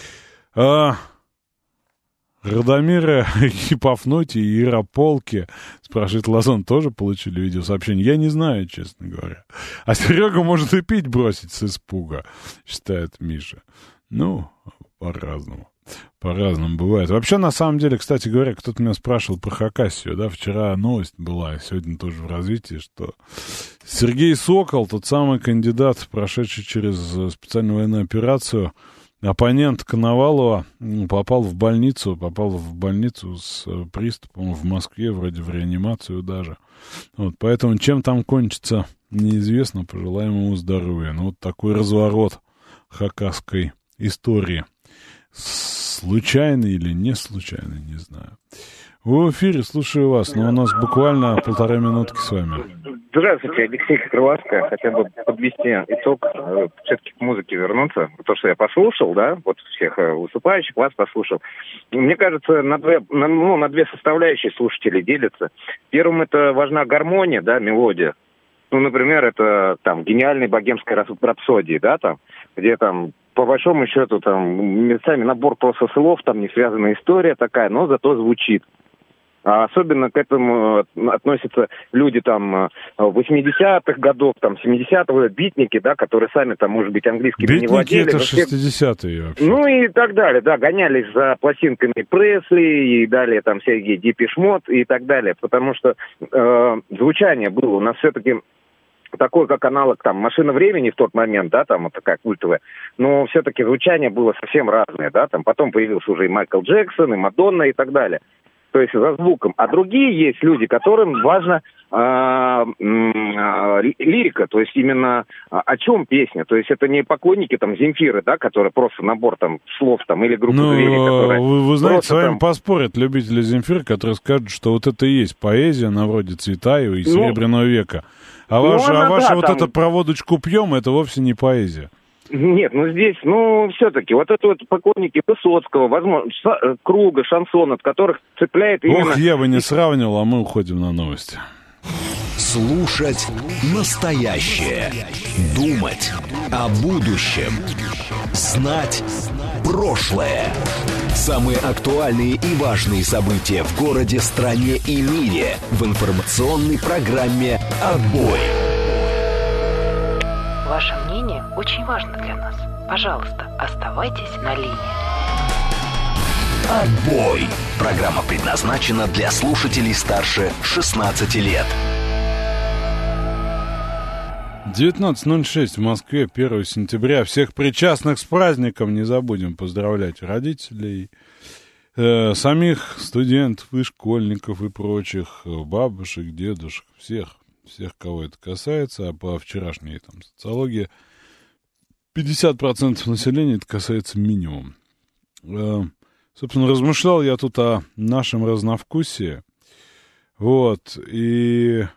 Радомира и Пафнутий и Ярополки, спрашивает Лазон, тоже получили видеосообщение? Я не знаю, честно говоря. А Серега может и пить бросить с испуга, считает Миша. По-разному. По-разному бывает. Вообще, на самом деле, кстати говоря, кто-то меня спрашивал про Хакассию, да, вчера новость была, сегодня тоже в развитии, что Сергей Сокол, тот самый кандидат, прошедший через специальную военную операцию, оппонент Коновалова, попал в больницу с приступом в Москве, вроде в реанимацию даже. Вот, поэтому чем там кончится, неизвестно, пожелаем ему здоровья. Ну, вот такой разворот хакасской истории. Случайный или не случайный, не знаю. В эфире, слушаю вас, но у нас буквально 1,5 минутки с вами. Здравствуйте, Алексей Крыловская. Хотел бы подвести итог, все-таки к музыке вернуться. То, что я послушал, да, вот всех выступающих, вас послушал. Мне кажется, на две составляющие слушатели делятся. Первым это важна гармония, да, мелодия. Ну, например, это там гениальный богемская рапсодия, да, там, где там по большому счету там местами набор просто слов, там не связанная история такая, но зато звучит. А особенно к этому относятся люди там 80-х годов, там 70-х, битники, да, которые сами там, может быть, английскими не владели. Битники это 60-е вообще. Ну и так далее, да, гонялись за пластинками Пресли и далее там всякие Депеш Мод и так далее, потому что звучание было у нас все-таки такой, как аналог там «Машина времени» в тот момент, да, там вот такая культовая, но все-таки звучание было совсем разное, да, там потом появился уже и Майкл Джексон, и Мадонна и так далее. То есть за звуком. А другие есть люди, которым важна лирика, то есть именно о чем песня. То есть это не поклонники там Земфиры, да, которые просто набор там слов там или группы зрителей, которые... Вы знаете, с вами поспорят любители Земфиры, которые скажут, что вот это и есть поэзия на вроде Цветаева и Серебряного века. А ваша вот эта «Про водочку пьем» это вовсе не поэзия. Нет, здесь, все-таки, вот это вот поклонники Высоцкого, возможно, Круга, шансон, от которых цепляет именно... Ох, я бы не сравнивал, а мы уходим на новости. Слушать настоящее. Думать о будущем. Знать прошлое. Самые актуальные и важные события в городе, стране и мире в информационной программе «Отбой». Ваше мнение очень важно для нас. Пожалуйста, оставайтесь на линии. «Отбой». Программа предназначена для слушателей старше 16 лет. 19:06 в Москве, 1 сентября. Всех причастных с праздником не забудем поздравлять родителей, самих студентов и школьников и прочих, бабушек, дедушек, всех, кого это касается. А по вчерашней там социологии 50% населения это касается минимум. Собственно, размышлял я тут о нашем разновкусии. Вот, и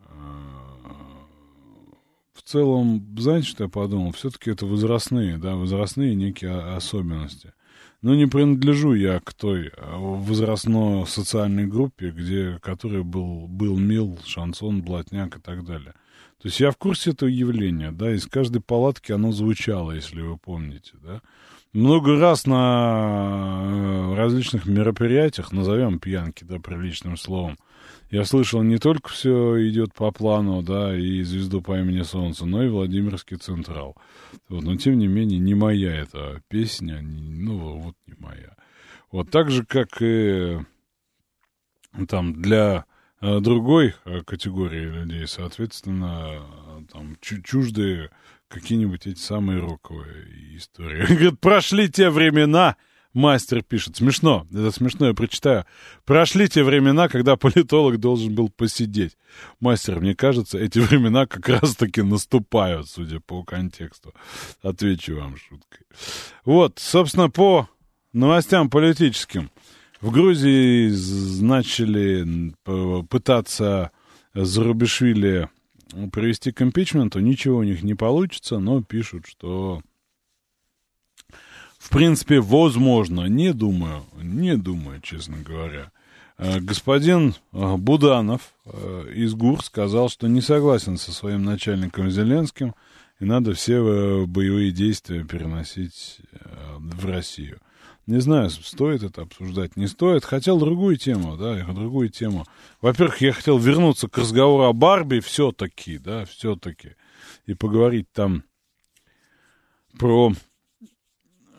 в целом, знаете, что я подумал? Все-таки это возрастные некие особенности. Но не принадлежу я к той возрастно-социальной группе, которой был мил, шансон, блатняк и так далее. То есть я в курсе этого явления, да, из каждой палатки оно звучало, если вы помните, да. Много раз на различных мероприятиях, назовем пьянки, да, приличным словом, я слышал, не только все идет по плану, да, и «Звезду по имени Солнце», но и «Владимирский Централ». Вот, но, тем не менее, не моя эта песня, не моя. Вот так же, как и там для другой категории людей, соответственно, там чуждые какие-нибудь эти самые роковые истории. Говорит, прошли те времена... Мастер пишет. Смешно. Это смешно, я прочитаю. Прошли те времена, когда политолог должен был посидеть. Мастер, мне кажется, эти времена как раз-таки наступают, судя по контексту. Отвечу вам шуткой. Вот, собственно, по новостям политическим. В Грузии начали пытаться Зурабишвили привести к импичменту. Ничего у них не получится, но пишут, что... В принципе, возможно, не думаю, честно говоря. Господин Буданов из ГУР сказал, что не согласен со своим начальником Зеленским, и надо все боевые действия переносить в Россию. Не знаю, стоит это обсуждать, не стоит. Хотел другую тему. Во-первых, я хотел вернуться к разговору о Барби все-таки, и поговорить там про...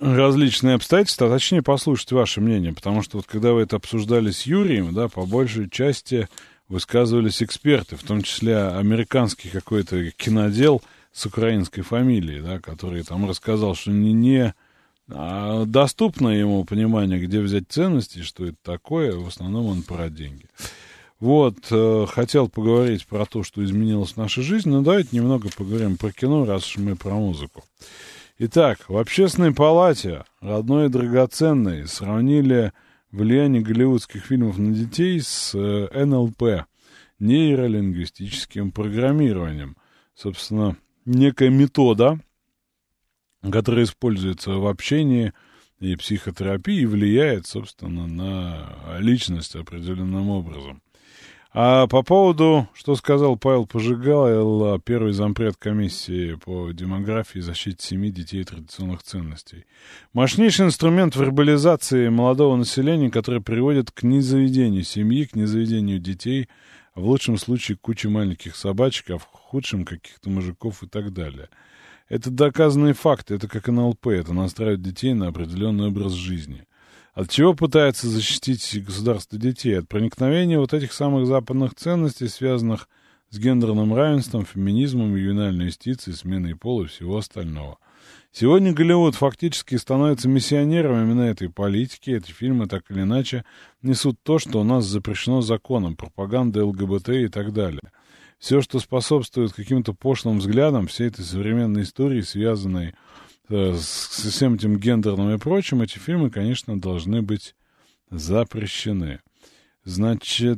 различные обстоятельства, а точнее послушать ваше мнение, потому что вот когда вы это обсуждали с Юрием, да, по большей части высказывались эксперты, в том числе американский какой-то кинодел с украинской фамилией, да, который там рассказал, что не доступно ему понимание, где взять ценности, что это такое, в основном он про деньги. Вот, хотел поговорить про то, что изменилась наша жизнь, но давайте немного поговорим про кино, раз уж мы про музыку. Итак, в Общественной палате, родной и драгоценной, сравнили влияние голливудских фильмов на детей с НЛП, нейролингвистическим программированием. Собственно, некая метода, которая используется в общении и психотерапии и влияет, собственно, на личность определенным образом. А по поводу, что сказал Павел Пожигайл, первый зампред комиссии по демографии и защите семьи, детей и традиционных ценностей. Мощнейший инструмент вербализации молодого населения, который приводит к незаведению семьи, к незаведению детей, а в лучшем случае куче маленьких собачек, а в худшем каких-то мужиков и так далее. Это доказанные факты, это как НЛП, это настраивает детей на определенный образ жизни. От чего пытается защитить государство детей? От проникновения вот этих самых западных ценностей, связанных с гендерным равенством, феминизмом, ювенальной юстицией, сменой пола и всего остального. Сегодня Голливуд фактически становится миссионером именно этой политики. Эти фильмы так или иначе несут то, что у нас запрещено законом, пропаганда ЛГБТ и так далее. Все, что способствует каким-то пошлым взглядам всей этой современной истории, связанной с всем этим гендерным и прочим, эти фильмы, конечно, должны быть запрещены. Значит,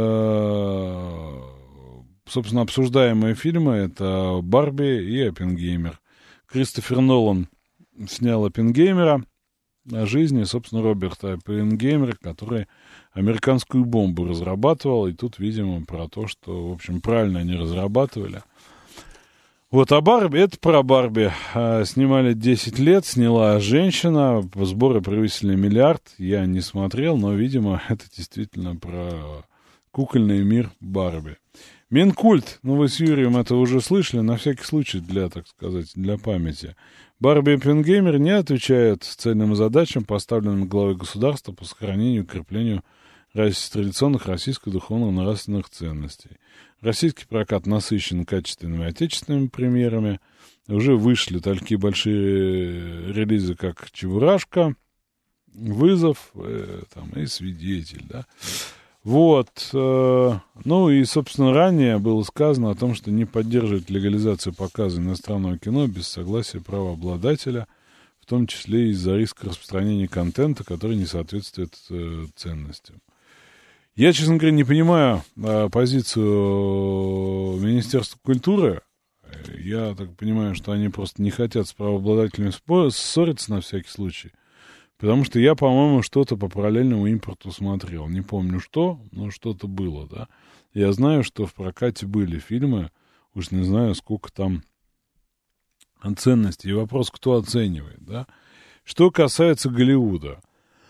собственно, обсуждаемые фильмы — это «Барби» и «Оппенгеймер». Кристофер Нолан снял «Оппенгеймера» о жизни, собственно, Роберта Оппенгеймера, который американскую бомбу разрабатывал, и тут, видимо, про то, что, в общем, правильно они разрабатывали. Вот, а Барби, это про Барби. Снимали 10 лет, сняла женщина, сборы превысили $1 миллиард. Я не смотрел, но, видимо, это действительно про кукольный мир Барби. Минкульт, ну вы с Юрием это уже слышали, на всякий случай, для, так сказать, для памяти. Барби и Оппенгеймер не отвечают цельным задачам, поставленным главой государства по сохранению и укреплению традиционных российских духовно-нравственных ценностей. Российский прокат насыщен качественными отечественными премьерами. Уже вышли такие большие релизы, как «Чебурашка», «Вызов» там, и «Свидетель». Да? Вот. Ну и, собственно, ранее было сказано о том, что не поддерживает легализацию показа иностранного кино без согласия правообладателя, в том числе из-за риска распространения контента, который не соответствует ценностям. Я, честно говоря, не понимаю позицию Министерства культуры. Я так понимаю, что они просто не хотят с правообладателями ссориться на всякий случай. Потому что я, по-моему, что-то по параллельному импорту смотрел. Не помню что, но что-то было, да. Я знаю, что в прокате были фильмы, уж не знаю, сколько там ценностей. И вопрос, кто оценивает, да. Что касается Голливуда.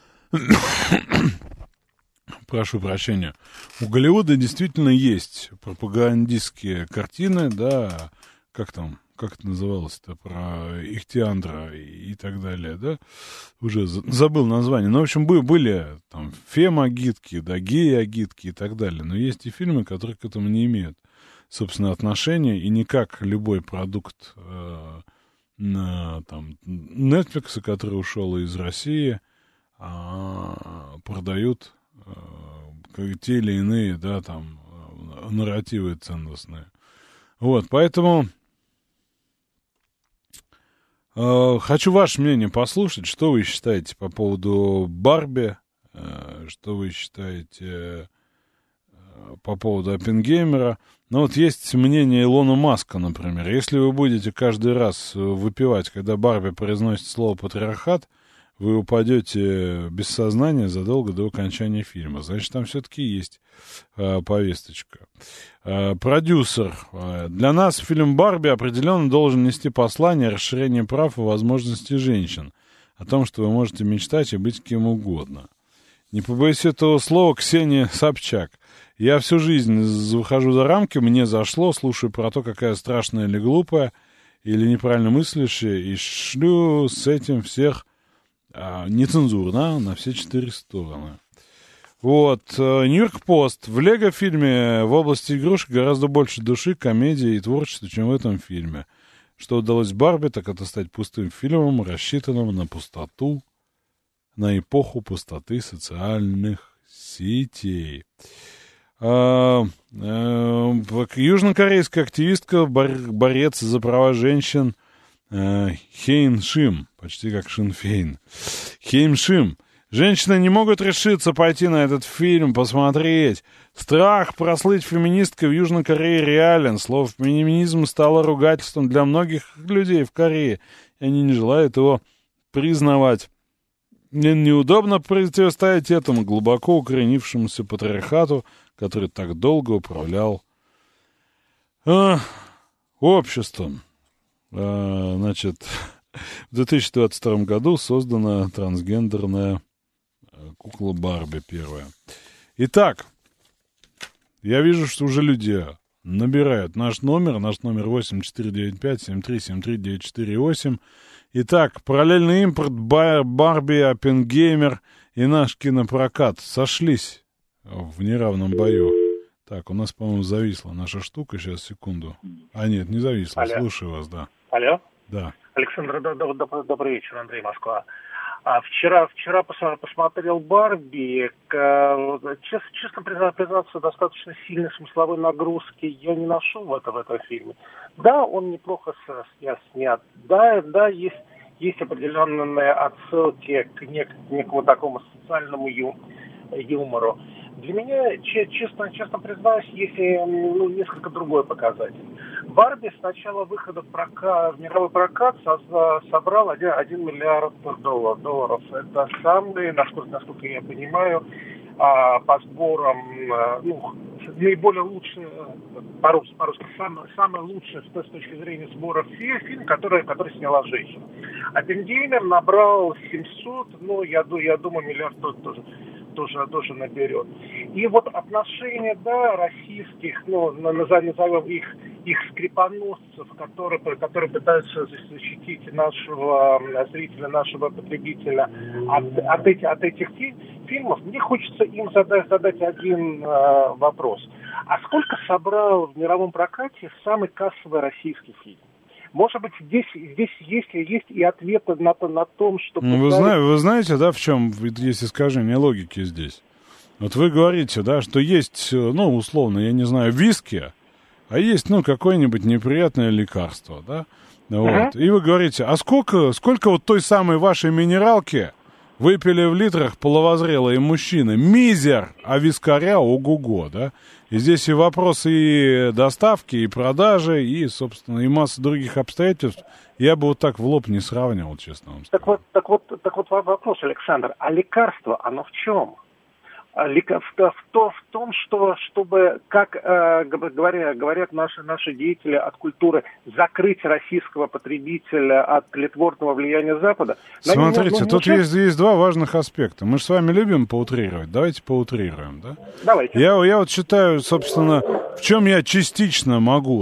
Прошу прощения. У Голливуда действительно есть пропагандистские картины, да, как это называлось-то, про Ихтиандра и так далее, да, уже забыл название. Но, в общем, были там фем-агитки, да, гей-агитки и так далее. Но есть и фильмы, которые к этому не имеют, собственно, отношения, и не как любой продукт там, Netflix, который ушел из России, продают те или иные, да, там, нарративы ценностные. Вот, поэтому хочу ваше мнение послушать, что вы считаете по поводу Барби, что вы считаете по поводу Оппенгеймера. Ну, вот есть мнение Илона Маска, например. Если вы будете каждый раз выпивать, когда Барби произносит слово «патриархат», вы упадете без сознания задолго до окончания фильма. Значит, там все-таки есть повесточка. Продюсер. Для нас фильм «Барби» определенно должен нести послание о расширении прав и возможностей женщин. О том, что вы можете мечтать и быть кем угодно. Не побоюсь этого слова, Ксения Собчак. Я всю жизнь выхожу за рамки, мне зашло, слушаю про то, какая страшная или глупая, или неправильно мыслящая, и шлю с этим всех нецензурно, на все 4 стороны. Вот, Нью-Йорк Пост. В Лего-фильме в области игрушек гораздо больше души, комедии и творчества, чем в этом фильме. Что удалось Барби, так это стать пустым фильмом, рассчитанным на пустоту, на эпоху пустоты социальных сетей. Южнокорейская активистка, борец за права женщин Хейн Шим, почти как Шин Фейн. Хейн Шим. Женщины не могут решиться пойти на этот фильм, посмотреть. Страх прослыть феминисткой в Южной Корее реален. Слово «феминизм» стало ругательством для многих людей в Корее, и они не желают его признавать. Неудобно противостоять этому глубоко укоренившемуся патриархату, который так долго управлял обществом. Значит, в 2022 году создана трансгендерная кукла Барби первая. Итак, я вижу, что уже люди набирают наш номер 8495-7373-948. Итак, параллельный импорт, Барби, Оппенгеймер и наш кинопрокат сошлись в неравном бою. Так, у нас, по-моему, зависла наша штука. Сейчас, секунду. Нет, не зависла. Алло. Слушаю вас, да. Алло? Да. Александр, добрый вечер, Андрей, Москва. Вчера посмотрел Барби. Честно признаться, достаточно сильной смысловой нагрузки я не нашел в этом фильме. Да, он неплохо снят. Да, есть определенные отсылки к некому такому социальному юмору. Для меня, честно признаюсь, есть несколько другой показатель. Барби с начала выхода в мировой прокат собрал 1 миллиард долларов. Это самый, насколько я понимаю, по сборам, наиболее лучший, по-русски, самый лучший с точки зрения сборов фильм, который сняла женщина. Оппенгеймер набрал 700, я думаю, миллиард тоже наберет. И вот отношения, российских, назовем их скрипоносцев, которые пытаются защитить нашего зрителя, нашего потребителя от этих фильмов, мне хочется им задать один вопрос. А сколько собрал в мировом прокате самый кассовый российский фильм? Может быть, здесь есть и ответы на том, что... Вы знаете, да, в чем есть искажение логики здесь? Вот вы говорите, да, что есть, условно, я не знаю, виски, а есть, какое-нибудь неприятное лекарство, да? Вот. И вы говорите, а сколько вот той самой вашей минералки выпили в литрах половозрелые мужчины? Мизер, а вискаря ого-го, да? И здесь и вопросы и доставки, и продажи, и, собственно, и масса других обстоятельств. Я бы вот так в лоб не сравнивал, честно вам скажу. Так вот вопрос, Александр. А лекарство, оно в чем? В том, чтобы, как говорят наши деятели от культуры, закрыть российского потребителя от тлетворного влияния Запада. Смотрите, тут есть два важных аспекта. Мы же с вами любим поутрировать. Давайте поутрируем, да? Давайте. Я вот считаю, собственно, в чем я частично могу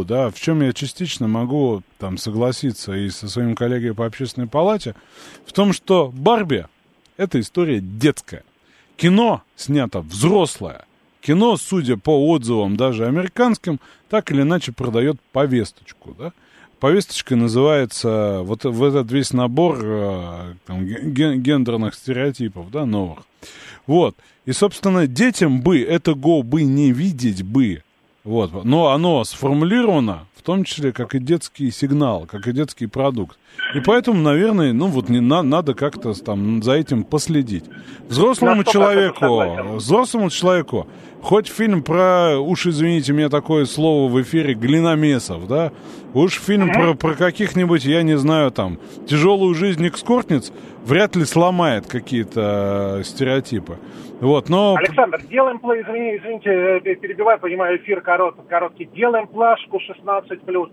там согласиться и со своим коллегой по общественной палате, в том, что Барби — это история детская. Кино снято взрослое. Кино, судя по отзывам даже американским, так или иначе продает повесточку, да? Повесточка называется вот этот весь набор гендерных стереотипов, да, новых. Вот. И, собственно, детям бы этого бы не видеть бы. Вот. Но оно сформулировано в том числе как и детский сигнал, как и детский продукт. И поэтому, наверное, надо как-то там за этим последить. Взрослому человеку, хоть фильм про, извините мне такое слово в эфире, глиномесов, да, фильм про каких-нибудь, я не знаю, там, тяжелую жизнь экскортниц вряд ли сломает какие-то стереотипы. Вот, но... Александр, делаем, извините, перебиваю, понимаю, эфир короткий. Делаем плашку 16+, плюс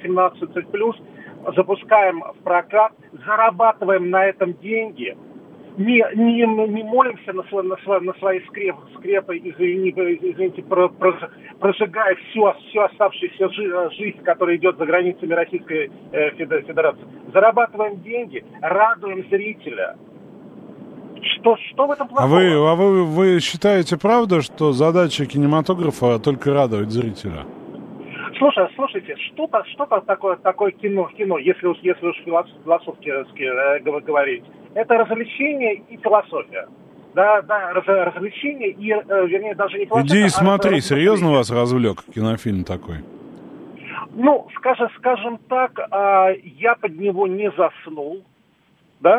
18+, запускаем в прокат, зарабатываем на этом деньги. не молимся на свои скрепы, извините, прожигая всю оставшуюся жизнь, которая идет за границами Российской Федерации. Зарабатываем деньги, радуем зрителя. Что в этом плохого? Вы считаете, правда, что задача кинематографа только радовать зрителя? Слушайте, что такое кино, если уж философски говорить, это развлечение и философия. Да, развлечение и, вернее, даже не философия. Иди и смотри, серьезно вас развлек кинофильм такой? Ну, скажем так, я под него не заснул, да?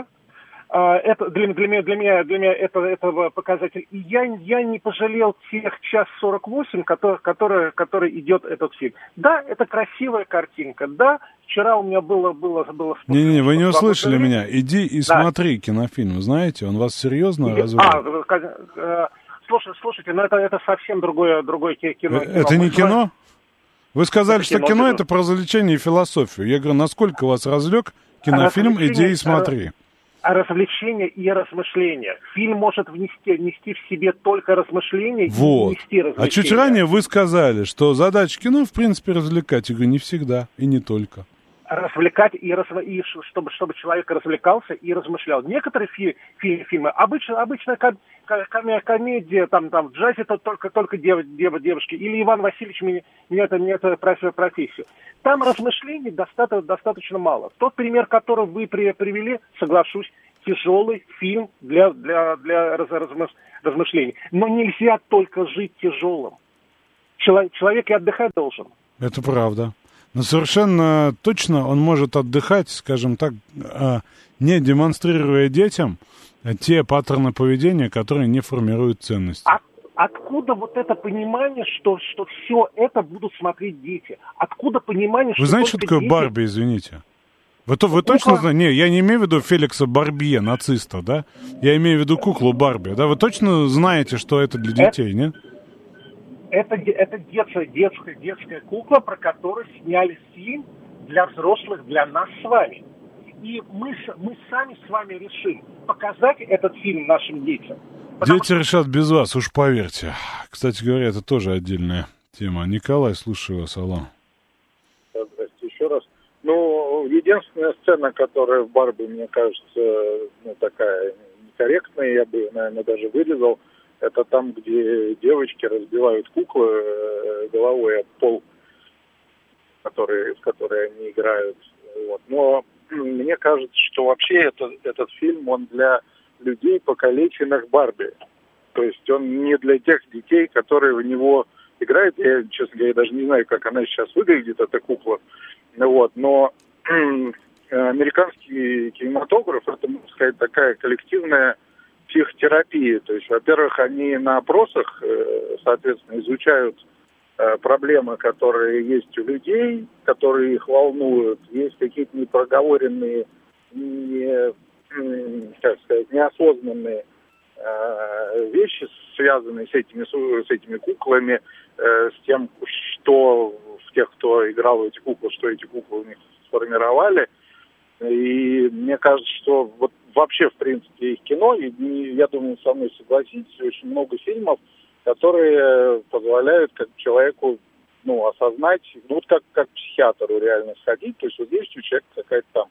Это для меня это показатель. И я не пожалел тех 1:48, который идет этот фильм. Да, это красивая картинка. Да, вчера у меня было. Не, вы не услышали меня. Иди и смотри кинофильм. Знаете, он вас серьезно развлек. Слушайте, но это совсем другое кино. Это не кино? Вы сказали, что кино это про развлечение и философию. Я говорю, насколько вас развлек кинофильм, иди и смотри. Развлечение и размышления. Фильм может нести в себе только размышления вот. И нести развлечения. А чуть ранее вы сказали, что задача кино, в принципе, развлекать. Я говорю, не всегда и не только. Развлекать и чтобы человек развлекался и размышлял. Некоторые фильмы, обычная комедия, там в джазе только девушки, или Иван Васильевич меняет профессию. Там размышлений достаточно мало. Тот пример, который вы привели, соглашусь, тяжелый фильм для размышлений. Но нельзя только жить тяжелым. Человек и отдыхать должен. Это правда. Но совершенно точно он может отдыхать, скажем так, не демонстрируя детям те паттерны поведения, которые не формируют ценности. Откуда вот это понимание, что все это будут смотреть дети? Откуда понимание, что... Вы знаете, что такое Барби, извините? Вы точно знаете? Не, я не имею в виду Феликса Барбье, нациста, да? Я имею в виду куклу Барби, да? Вы точно знаете, что это для детей, нет? Это детская кукла, про которую сняли фильм для взрослых, для нас с вами. И мы сами с вами решим показать этот фильм нашим детям. Дети решат без вас, уж поверьте. Кстати говоря, это тоже отдельная тема. Николай, слушаю вас, алло. Здравствуйте еще раз. Ну, единственная сцена, которая в Барби, мне кажется, такая некорректная, я бы, наверное, даже вырезал, это там, где девочки разбивают куклы головой об пол, с которой они играют. Вот. Но мне кажется, что вообще этот фильм, он для людей, покалеченных Барби. То есть он не для тех детей, которые в него играют. Я, честно говоря, даже не знаю, как она сейчас выглядит, эта кукла. Вот. Но американский кинематограф, это, можно сказать, такая коллективная психотерапия. То есть, во-первых, они на опросах, соответственно, изучают проблемы, которые есть у людей, которые их волнуют. Есть какие-то непроговоренные, неосознанные вещи, связанные с этими куклами, с тем, что в тех, кто играл в эти куклы, что эти куклы у них сформировали. И мне кажется, что вот вообще, в принципе, их кино, и я думаю, со мной согласитесь, очень много фильмов, которые позволяют как человеку, осознать, вот как психиатру реально сходить. То есть вот есть у человека какая-то там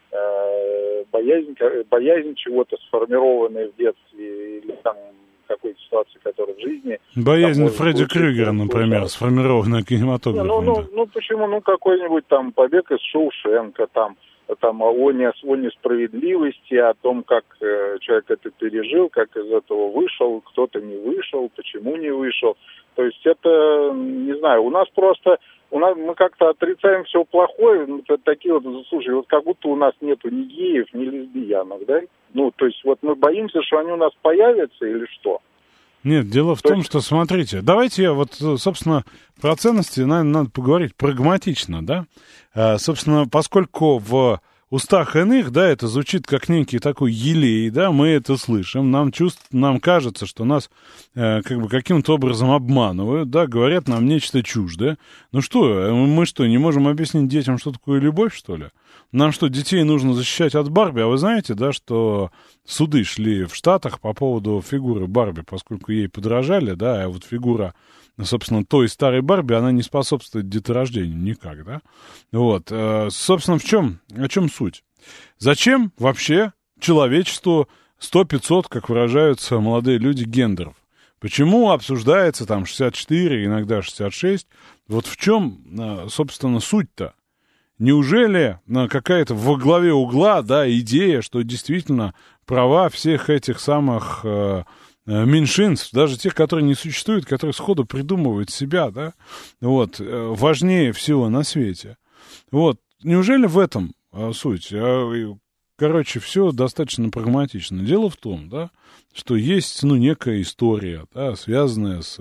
боязнь чего-то, сформированная в детстве, или там какой-то ситуации, которая в жизни... Боязнь Фредди Крюгера, например, сформированная кинематографом. Почему? Какой-нибудь там побег из Шоушенка, там о несправедливости, о том, как человек это пережил, как из этого вышел, кто-то не вышел, почему не вышел. То есть это, не знаю, мы как-то отрицаем все плохое, такие вот, слушай, вот как будто у нас нету ни геев, ни лесбиянок, да? То есть вот мы боимся, что они у нас появятся или что? Нет, дело в том, что, смотрите, давайте я собственно, про ценности надо поговорить прагматично, да? Собственно, поскольку в устах иных, да, это звучит как некий такой елей, да, мы это слышим, нам кажется, что нас как бы каким-то образом обманывают, да, говорят нам нечто чуждое. Ну что, мы что, не можем объяснить детям, что такое любовь, что ли? Нам что, детей нужно защищать от Барби? А вы знаете, да, что суды шли в Штатах по поводу фигуры Барби, поскольку ей подражали, да, а вот фигура, собственно, той старой Барби, она не способствует деторождению никак, да? Вот, собственно, о чем суть? Зачем вообще человечеству 100-500, как выражаются молодые люди, гендеров? Почему обсуждается там 64, иногда 66? Вот в чем, собственно, суть-то? Неужели какая-то во главе угла, да, идея, что действительно права всех этих самых меньшинств, даже тех, которые не существуют, которые сходу придумывают себя, да, вот, важнее всего на свете. Вот, неужели в этом суть? Короче, все достаточно прагматично. Дело в том, да, что есть, ну, некая история, да, связанная с...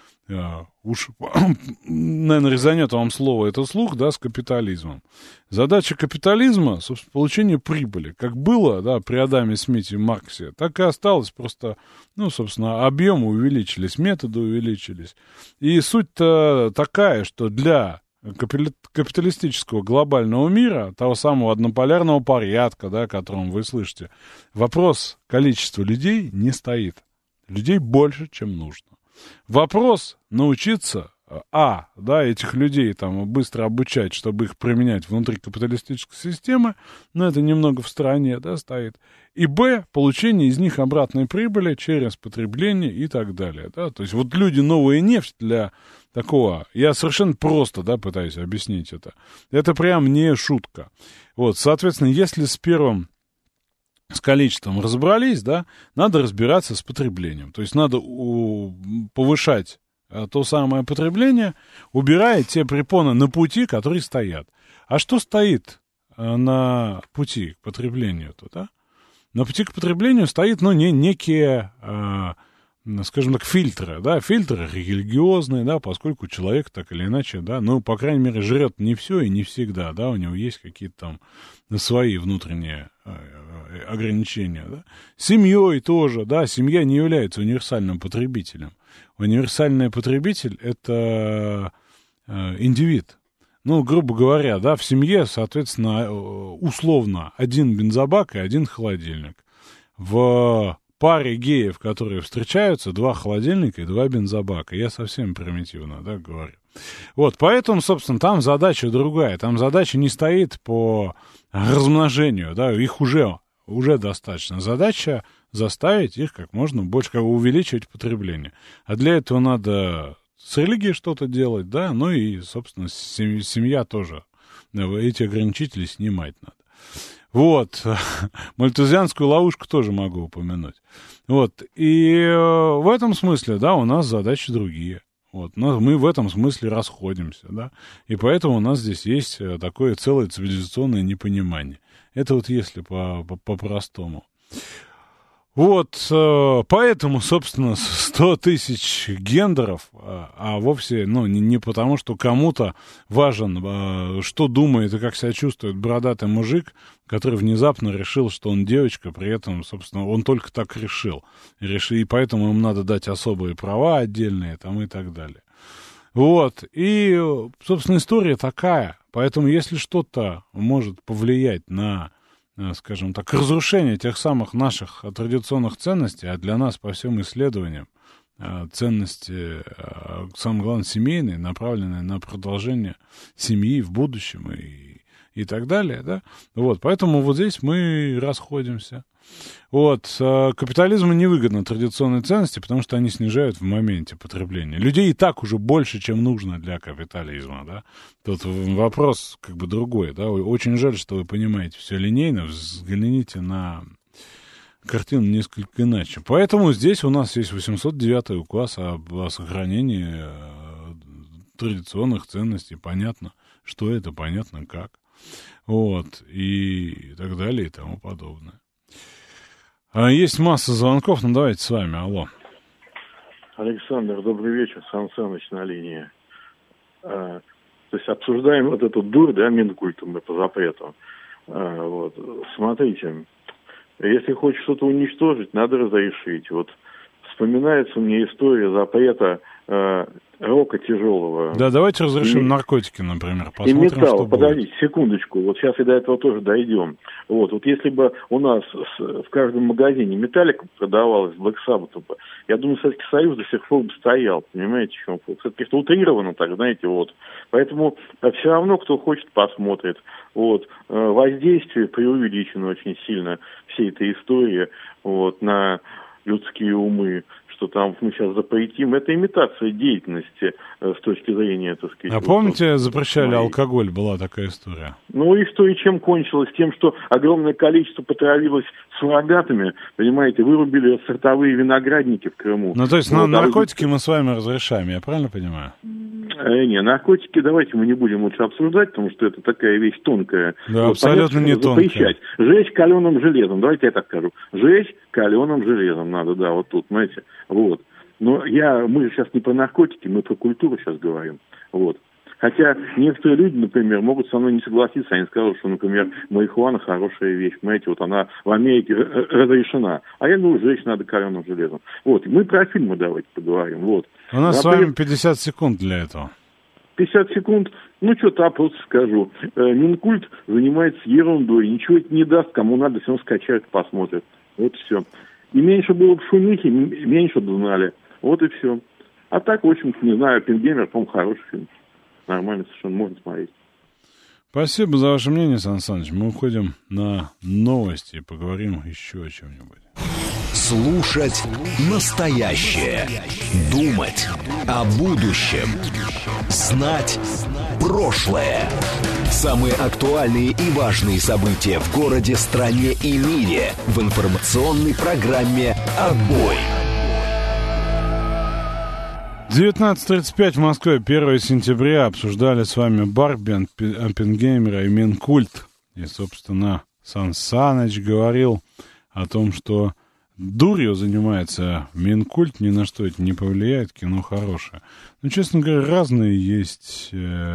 уж, наверное, резанет вам слово это слух, да, с капитализмом. Задача капитализма, собственно, получение прибыли. Как было, да, при Адаме Смите и Марксе, так и осталось. Просто, ну, собственно, объемы увеличились, методы увеличились. И суть-то такая, что для капиталистического глобального мира, того самого однополярного порядка, да, о котором вы слышите, вопрос количества людей не стоит. Людей больше, чем нужно. Вопрос научиться, да, этих людей там быстро обучать, чтобы их применять внутри капиталистической системы, но это немного в стороне, да, стоит. И получение из них обратной прибыли через потребление и так далее, да. То есть вот люди новая нефть для такого, я совершенно просто, да, пытаюсь объяснить это. Это прям не шутка. Вот, соответственно, если с количеством разобрались, да, надо разбираться с потреблением. То есть надо повышать то самое потребление, убирая те препоны на пути, которые стоят. А что стоит на пути к потреблению-то, да? На пути к потреблению стоит, ну, некие, скажем так, фильтры, да, фильтры религиозные, да, поскольку человек так или иначе, да, ну, по крайней мере, жрет не все и не всегда, да, у него есть какие-то там свои внутренние ограничения, да. Семьей тоже, да, семья не является универсальным потребителем. Универсальный потребитель — это индивид. Ну, грубо говоря, да, в семье, соответственно, условно, один бензобак и один холодильник. В паре геев, которые встречаются, 2 холодильника и 2 бензобака. Я совсем примитивно, да, говорю. Вот, поэтому, собственно, там задача другая. Там задача не стоит по размножению, да, их уже достаточно. Задача заставить их как можно больше, как бы увеличивать потребление. А для этого надо с религией что-то делать, да, ну и, собственно, семья тоже. Эти ограничители снимать надо. Вот, мальтузианскую ловушку тоже могу упомянуть. Вот, и в этом смысле, да, у нас задачи другие. Вот, мы в этом смысле расходимся, да, и поэтому у нас здесь есть такое целое цивилизационное непонимание. Это вот если по-простому. Вот, поэтому, собственно, 100 тысяч гендеров, а вовсе, ну, не потому, что кому-то важен, что думает и как себя чувствует бородатый мужик, который внезапно решил, что он девочка, при этом, собственно, он только так решил, и поэтому им надо дать особые права отдельные, там, и так далее. Вот, и, собственно, история такая, поэтому если что-то может повлиять на, скажем так, разрушение тех самых наших традиционных ценностей, а для нас, по всем исследованиям, ценности, самое главное, семейные, направленные на продолжение семьи в будущем и так далее, да, вот, поэтому вот здесь мы расходимся. Вот, капитализму невыгодны традиционные ценности, потому что они снижают в моменте потребления. Людей и так уже больше, чем нужно для капитализма, да. Тут вопрос как бы другой, да. Очень жаль, что вы понимаете все линейно, взгляните на картину несколько иначе. Поэтому здесь у нас есть 809 указ о сохранении традиционных ценностей. Понятно, что это, понятно как. Вот, и так далее, и тому подобное. Есть масса звонков, но давайте с вами. Алло. Александр, добрый вечер. Сан Саныч на линии. То есть обсуждаем вот эту дурь, да, Минкультом и по запрету. Вот. Смотрите, если хочешь что-то уничтожить, надо разрешить. Вот вспоминается мне история запрета рока тяжелого. Да, давайте разрешим наркотики, например. Посмотрим, и металл. что Подождите, будет. секундочку. Вот сейчас и до этого тоже дойдем. Вот если бы у нас в каждом магазине металлика продавалась, Black Sabbath, я думаю, Советский Союз до сих пор бы стоял. Понимаете, в чем? Это как-то утрировано так, знаете, вот. Поэтому все равно, кто хочет, посмотрит. Вот. Воздействие преувеличено очень сильно всей этой истории вот, на людские умы, что там мы сейчас запретим, это имитация деятельности с точки зрения, так сказать. А помните, запрещали алкоголь, была такая история? Ну и что, и чем кончилось? Тем, что огромное количество потравилось суррогатами, понимаете, вырубили сортовые виноградники в Крыму. Ну то есть наркотики мы с вами разрешаем, я правильно понимаю? Не, наркотики давайте мы не будем лучше обсуждать, потому что это такая вещь тонкая. Да, вот, абсолютно не тонкая. Жечь каленым железом, давайте я так скажу. Жечь каленым железом надо, да, вот тут, знаете, вот. Но мы же сейчас не про наркотики, мы про культуру сейчас говорим, вот. Хотя некоторые люди, например, могут со мной не согласиться, они скажут, что, например, марихуана хорошая вещь, понимаете, вот она в Америке разрешена, а я говорю, жечь надо каленым железом. Вот, мы про фильмы давайте поговорим, вот. У нас с вами 50 секунд для этого. 50 секунд, ну, что-то просто скажу. Минкульт занимается ерундой, ничего это не даст, кому надо, все равно скачают, посмотрят. Вот все. И меньше было бы шумихи, меньше бы знали. Вот и все. А так, в общем-то, не знаю, «Оппенгеймер», по-моему, хороший фильм. Нормально совершенно, можно смотреть. Спасибо за ваше мнение, Сан Саныч. Мы уходим на новости и поговорим еще о чем-нибудь. Слушать настоящее. Думать о будущем. Знать прошлое. Самые актуальные и важные события в городе, стране и мире в информационной программе «Отбой». 19:35 в Москве, 1 сентября. Обсуждали с вами Барби, Оппенгеймера и Минкульт. И, собственно, Сан Саныч говорил о том, что дурью занимается Минкульт, ни на что это не повлияет, кино хорошее. Ну, честно говоря, разные есть...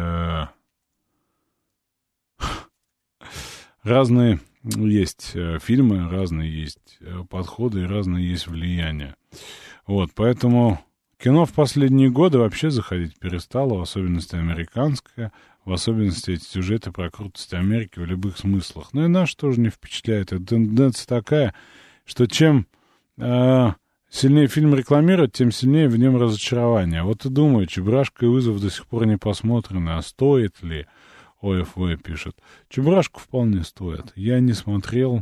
Разные есть фильмы, разные есть подходы и разные есть влияния. Вот, поэтому... Кино в последние годы вообще заходить перестало, в особенности американское, в особенности эти сюжеты про крутость Америки в любых смыслах. Но и наш тоже не впечатляет. Эта тенденция такая, что чем сильнее фильм рекламируют, тем сильнее в нем разочарование. Вот и думаю, «Чебурашка» и «Вызов» до сих пор не посмотрены, а стоит ли? ОФВ пишет. «Чебурашку» вполне стоит. Я не смотрел...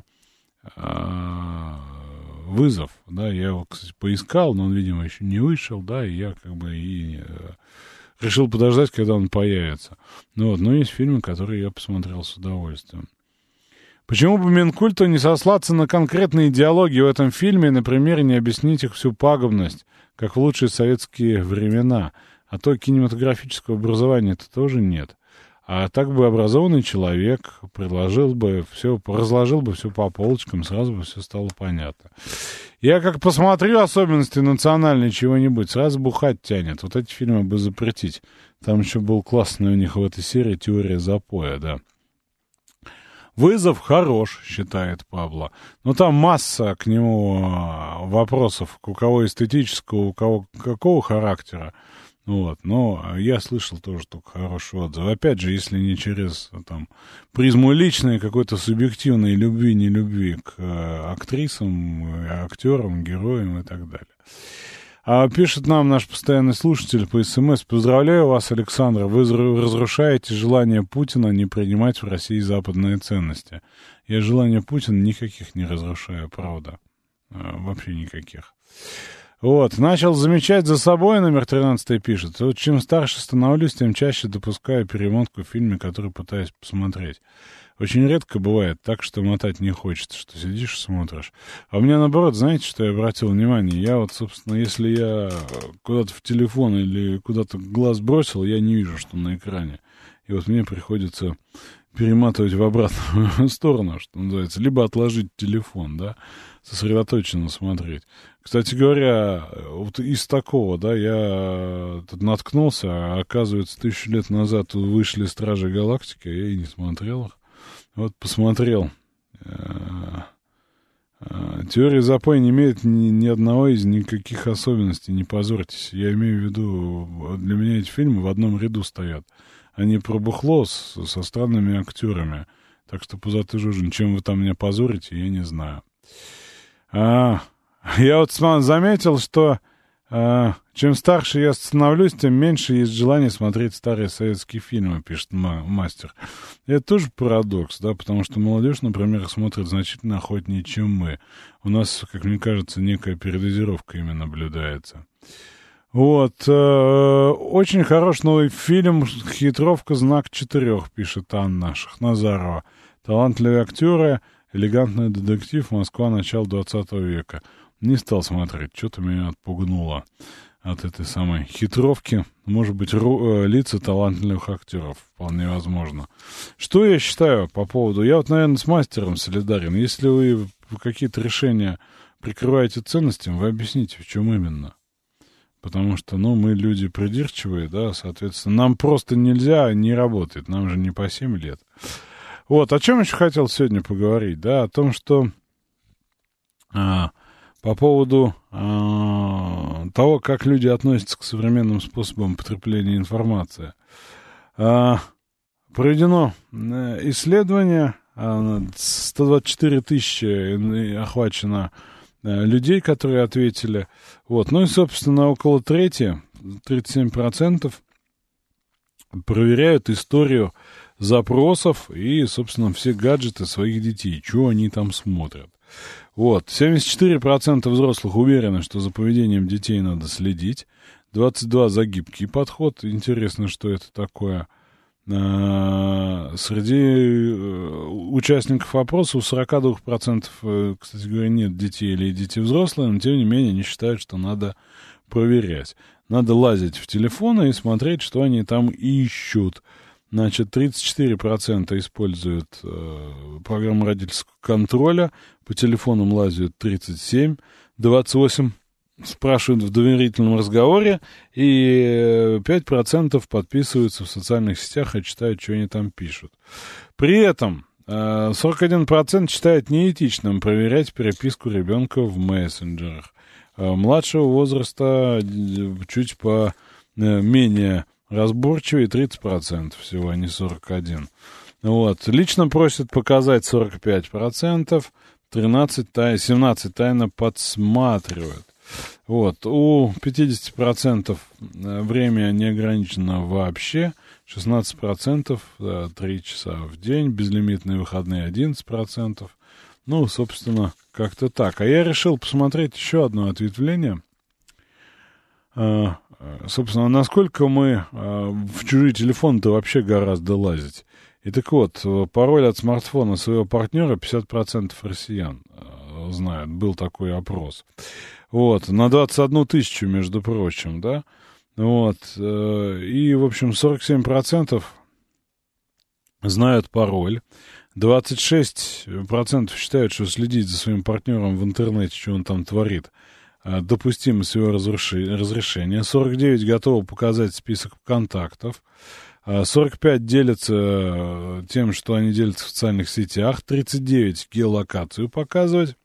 «Вызов», да, я его, кстати, поискал, но он, видимо, еще не вышел, да, и я как бы решил подождать, когда он появится. Ну вот, но есть фильмы, которые я посмотрел с удовольствием. Почему бы Минкульту не сослаться на конкретные идеологии в этом фильме и, например, не объяснить их всю пагубность, как в лучшие советские времена? А то кинематографического образования-то тоже нет. А так бы образованный человек разложил бы все по полочкам, сразу бы все стало понятно. Я как посмотрю особенности национальной чего-нибудь, сразу бухать тянет. Вот эти фильмы бы запретить. Там еще был классный у них в этой серии «Теория запоя», да. «Вызов» хорош, считает Пабло. Но там масса к нему вопросов, у кого эстетического, у кого какого характера. Вот, но я слышал тоже только хороший отзыв. Опять же, если не через там призму личной, какой-то субъективной любви, нелюбви к актрисам, актерам, героям и так далее. Пишет нам наш постоянный слушатель по СМС: «Поздравляю вас, Александр, вы разрушаете желание Путина не принимать в России западные ценности». Я желания Путина никаких не разрушаю, правда. Вообще никаких. Вот, начал замечать за собой, номер 13 пишет. Вот чем старше становлюсь, тем чаще допускаю перемотку в фильме, который пытаюсь посмотреть. Очень редко бывает так, что мотать не хочется, что сидишь и смотришь. А у меня наоборот, знаете, что я обратил внимание? Я вот, собственно, если я куда-то в телефон или куда-то глаз бросил, я не вижу, что на экране. И вот мне приходится перематывать в обратную сторону, что называется, либо отложить телефон, да, сосредоточенно смотреть. Кстати говоря, вот из такого, да, я тут наткнулся, а оказывается, 1000 лет назад вышли «Стражи Галактики», а я и не смотрел их. Вот посмотрел. Теория запоя не имеет ни одного из никаких особенностей, не позорьтесь. Я имею в виду, для меня эти фильмы в одном ряду стоят. Они про бухло со странными актерами. Так что пузатый Жужин, чем вы там меня позорите, я не знаю. Я вот заметил, что чем старше я становлюсь, тем меньше есть желания смотреть старые советские фильмы, пишет мастер. И это тоже парадокс, да, потому что молодежь, например, смотрит значительно охотнее, чем мы. У нас, как мне кажется, некая передозировка ими наблюдается. Вот. Очень хорош новый фильм «Хитровка. Знак 4», пишет Анна Шахназарова. Талантливые актеры, элегантный детектив, Москва, начало 20 века. Не стал смотреть, что-то меня отпугнуло от этой самой хитровки. Может быть, лица талантливых актеров, вполне возможно. Что я считаю по поводу... Я вот, наверное, с мастером солидарен. Если вы какие-то решения прикрываете ценностями, вы объясните, в чем именно. Потому что, мы люди придирчивые, да, соответственно, нам просто нельзя, не работает. Нам же не по 7 лет. Вот, о чем еще хотел сегодня поговорить, да, о том, что... По поводу того, как люди относятся к современным способам потребления информации. Проведено исследование, 124 тысячи охвачено людей, которые ответили. Вот. Ну и, собственно, около трети, 37%, проверяют историю запросов и, собственно, все гаджеты своих детей, что они там смотрят. Вот, 74% взрослых уверены, что за поведением детей надо следить. 22% за гибкий подход. Интересно, что это такое. Среди участников опроса у 42%, кстати говоря, нет детей или дети взрослые, но тем не менее они считают, что надо проверять. Надо лазить в телефоны и смотреть, что они там ищут. Значит, 34% используют программу родительского контроля, по телефонам лазят 37%, 28% спрашивают в доверительном разговоре, и 5% подписываются в социальных сетях и читают, что они там пишут. При этом 41% считает неэтичным проверять переписку ребенка в мессенджерах. Младшего возраста чуть по менее разборчивее 30% всего, а не 41%. Вот. Лично просят показать 45%, 17% тайно подсматривают. Вот. У 50% время не ограничено вообще, 16% 3 часа в день, безлимитные выходные 11%. Ну, собственно, как-то так. А я решил посмотреть еще одно ответвление. Собственно, насколько мы в чужие телефоны-то вообще гораздо лазить. И так вот, пароль от смартфона своего партнера 50% россиян знают. Был такой опрос. Вот, на 21 тысячу, между прочим, да. Вот, и, в общем, 47% знают пароль. 26% считают, что следить за своим партнером в интернете, что он там творит, допустимо с его разрешения. 49% готовы показать список контактов. 45% делятся тем, что они делятся в социальных сетях. 39% геолокацию показывать.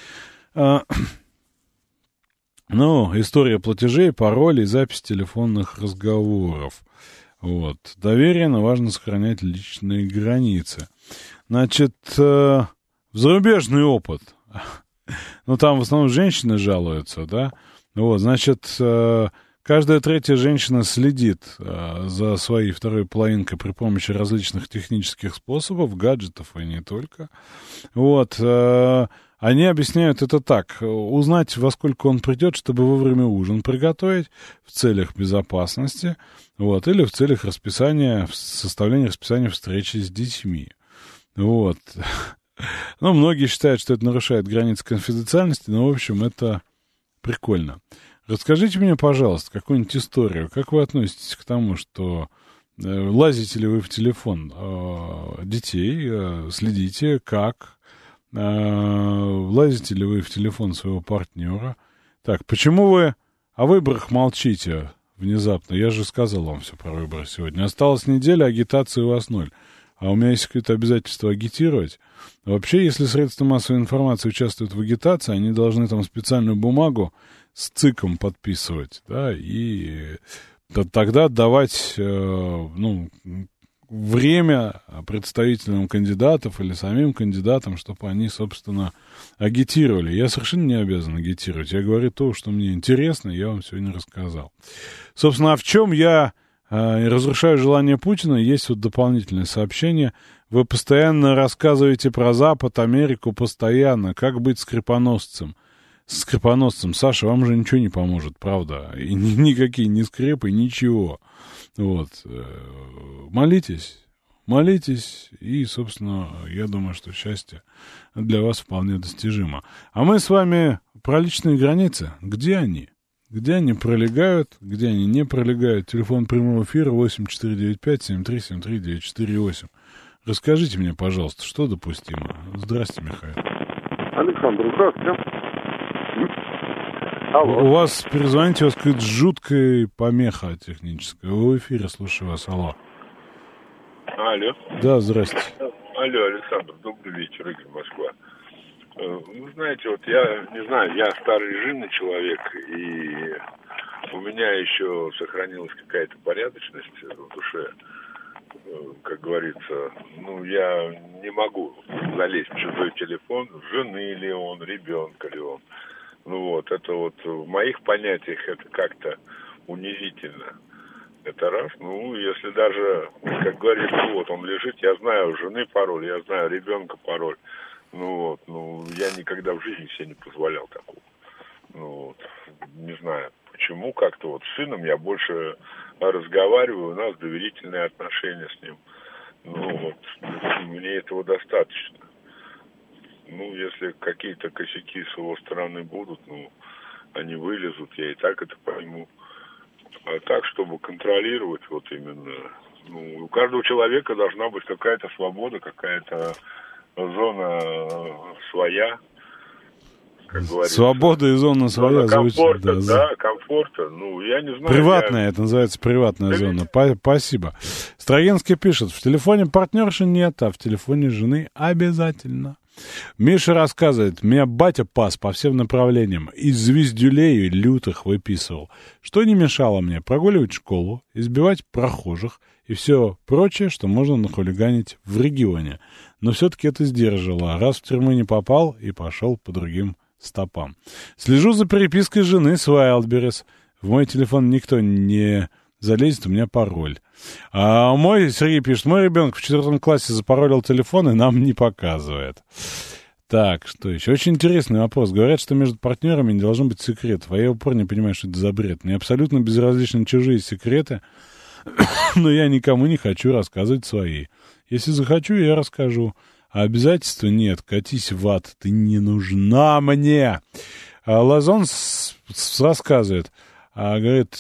Ну, история платежей, паролей, запись телефонных разговоров. Вот. Доверие, но важно сохранять личные границы. Значит, зарубежный опыт. Ну, там в основном женщины жалуются, да. Вот, значит, каждая третья женщина следит за своей второй половинкой при помощи различных технических способов, гаджетов и не только. Вот. Они объясняют это так. Узнать, во сколько он придет, чтобы вовремя ужин приготовить в целях безопасности, вот, или в целях составления расписания встречи с детьми. Вот. Ну, многие считают, что это нарушает границы конфиденциальности, но, в общем, это прикольно. Расскажите мне, пожалуйста, какую-нибудь историю. Как вы относитесь к тому, что лазите ли вы в телефон детей, следите, как... Влазите ли вы в телефон своего партнера? Так, почему вы о выборах молчите внезапно? Я же сказал вам все про выборы сегодня. Осталась неделя, агитации у вас 0. а у меня есть какое-то обязательство агитировать. Вообще, если средства массовой информации участвуют в агитации, они должны там специальную бумагу с ЦИКом подписывать, да, и тогда давать, время представителям кандидатов или самим кандидатам, чтобы они, собственно, агитировали. Я совершенно не обязан агитировать. Я говорю то, что мне интересно, я вам сегодня рассказал. Собственно, а в чем я разрушаю желание Путина, есть вот дополнительное сообщение. Вы постоянно рассказываете про Запад, Америку, постоянно. Как быть скрипоносцем? Скрипоносцем, Саша, вам же ничего не поможет, правда? И никакие ни скрепы, ничего. Вот. Молитесь, и, собственно, я думаю, что счастье для вас вполне достижимо. А мы с вами про личные границы. Где они? Где они пролегают, где они не пролегают? Телефон прямого эфира 8495-7373-948. Расскажите мне, пожалуйста, что допустимо? Здрасте, Михаил. Александр, здравствуйте. Алло. У вас, перезвоните, у вас какая-то жуткая помеха техническая. Вы в эфире, слушаю вас. Алло. Алло. Да, здрасте. Алло, Александр, добрый вечер, Игорь, Москва. Вы знаете, вот я не знаю, я старый режимный человек, и у меня еще сохранилась какая-то порядочность в душе. Как говорится, я не могу залезть в чужой телефон, жены ли он, ребенка ли он. Это вот в моих понятиях это как-то унизительно. Это раз. Если даже, как говорится, он лежит, я знаю у жены пароль, я знаю ребенка пароль. Я никогда в жизни себе не позволял такого. Не знаю, почему как-то вот с сыном я больше разговариваю, у нас доверительные отношения с ним. Мне этого достаточно. Если какие-то косяки с его стороны будут, они вылезут, я и так это пойму. А так, чтобы контролировать вот именно, у каждого человека должна быть какая-то свобода, какая-то зона своя, как говорится. Свобода и зона своя. Комфорта, комфорта. Я не знаю. Приватная, это называется приватная зона. Спасибо. Строгинский пишет, в телефоне партнерши нет, а в телефоне жены обязательно. Миша рассказывает, меня батя пас по всем направлениям, из звездюлей лютых выписывал, что не мешало мне прогуливать школу, избивать прохожих и все прочее, что можно нахулиганить в регионе. Но все-таки это сдерживало, раз в тюрьму не попал и пошел по другим стопам. Слежу за перепиской жены с Wildberries. В мой телефон никто не залезет, у меня пароль. А Сергей пишет, мой ребенок в 4 классе запаролил телефон и нам не показывает. Так, что еще? Очень интересный вопрос. Говорят, что между партнерами не должно быть секретов. А я упорно не понимаю, что это за бред. Мне абсолютно безразличны чужие секреты, но я никому не хочу рассказывать свои. Если захочу, я расскажу. А обязательства нет. Катись в ад. Ты не нужна мне. Лазон рассказывает. Говорит...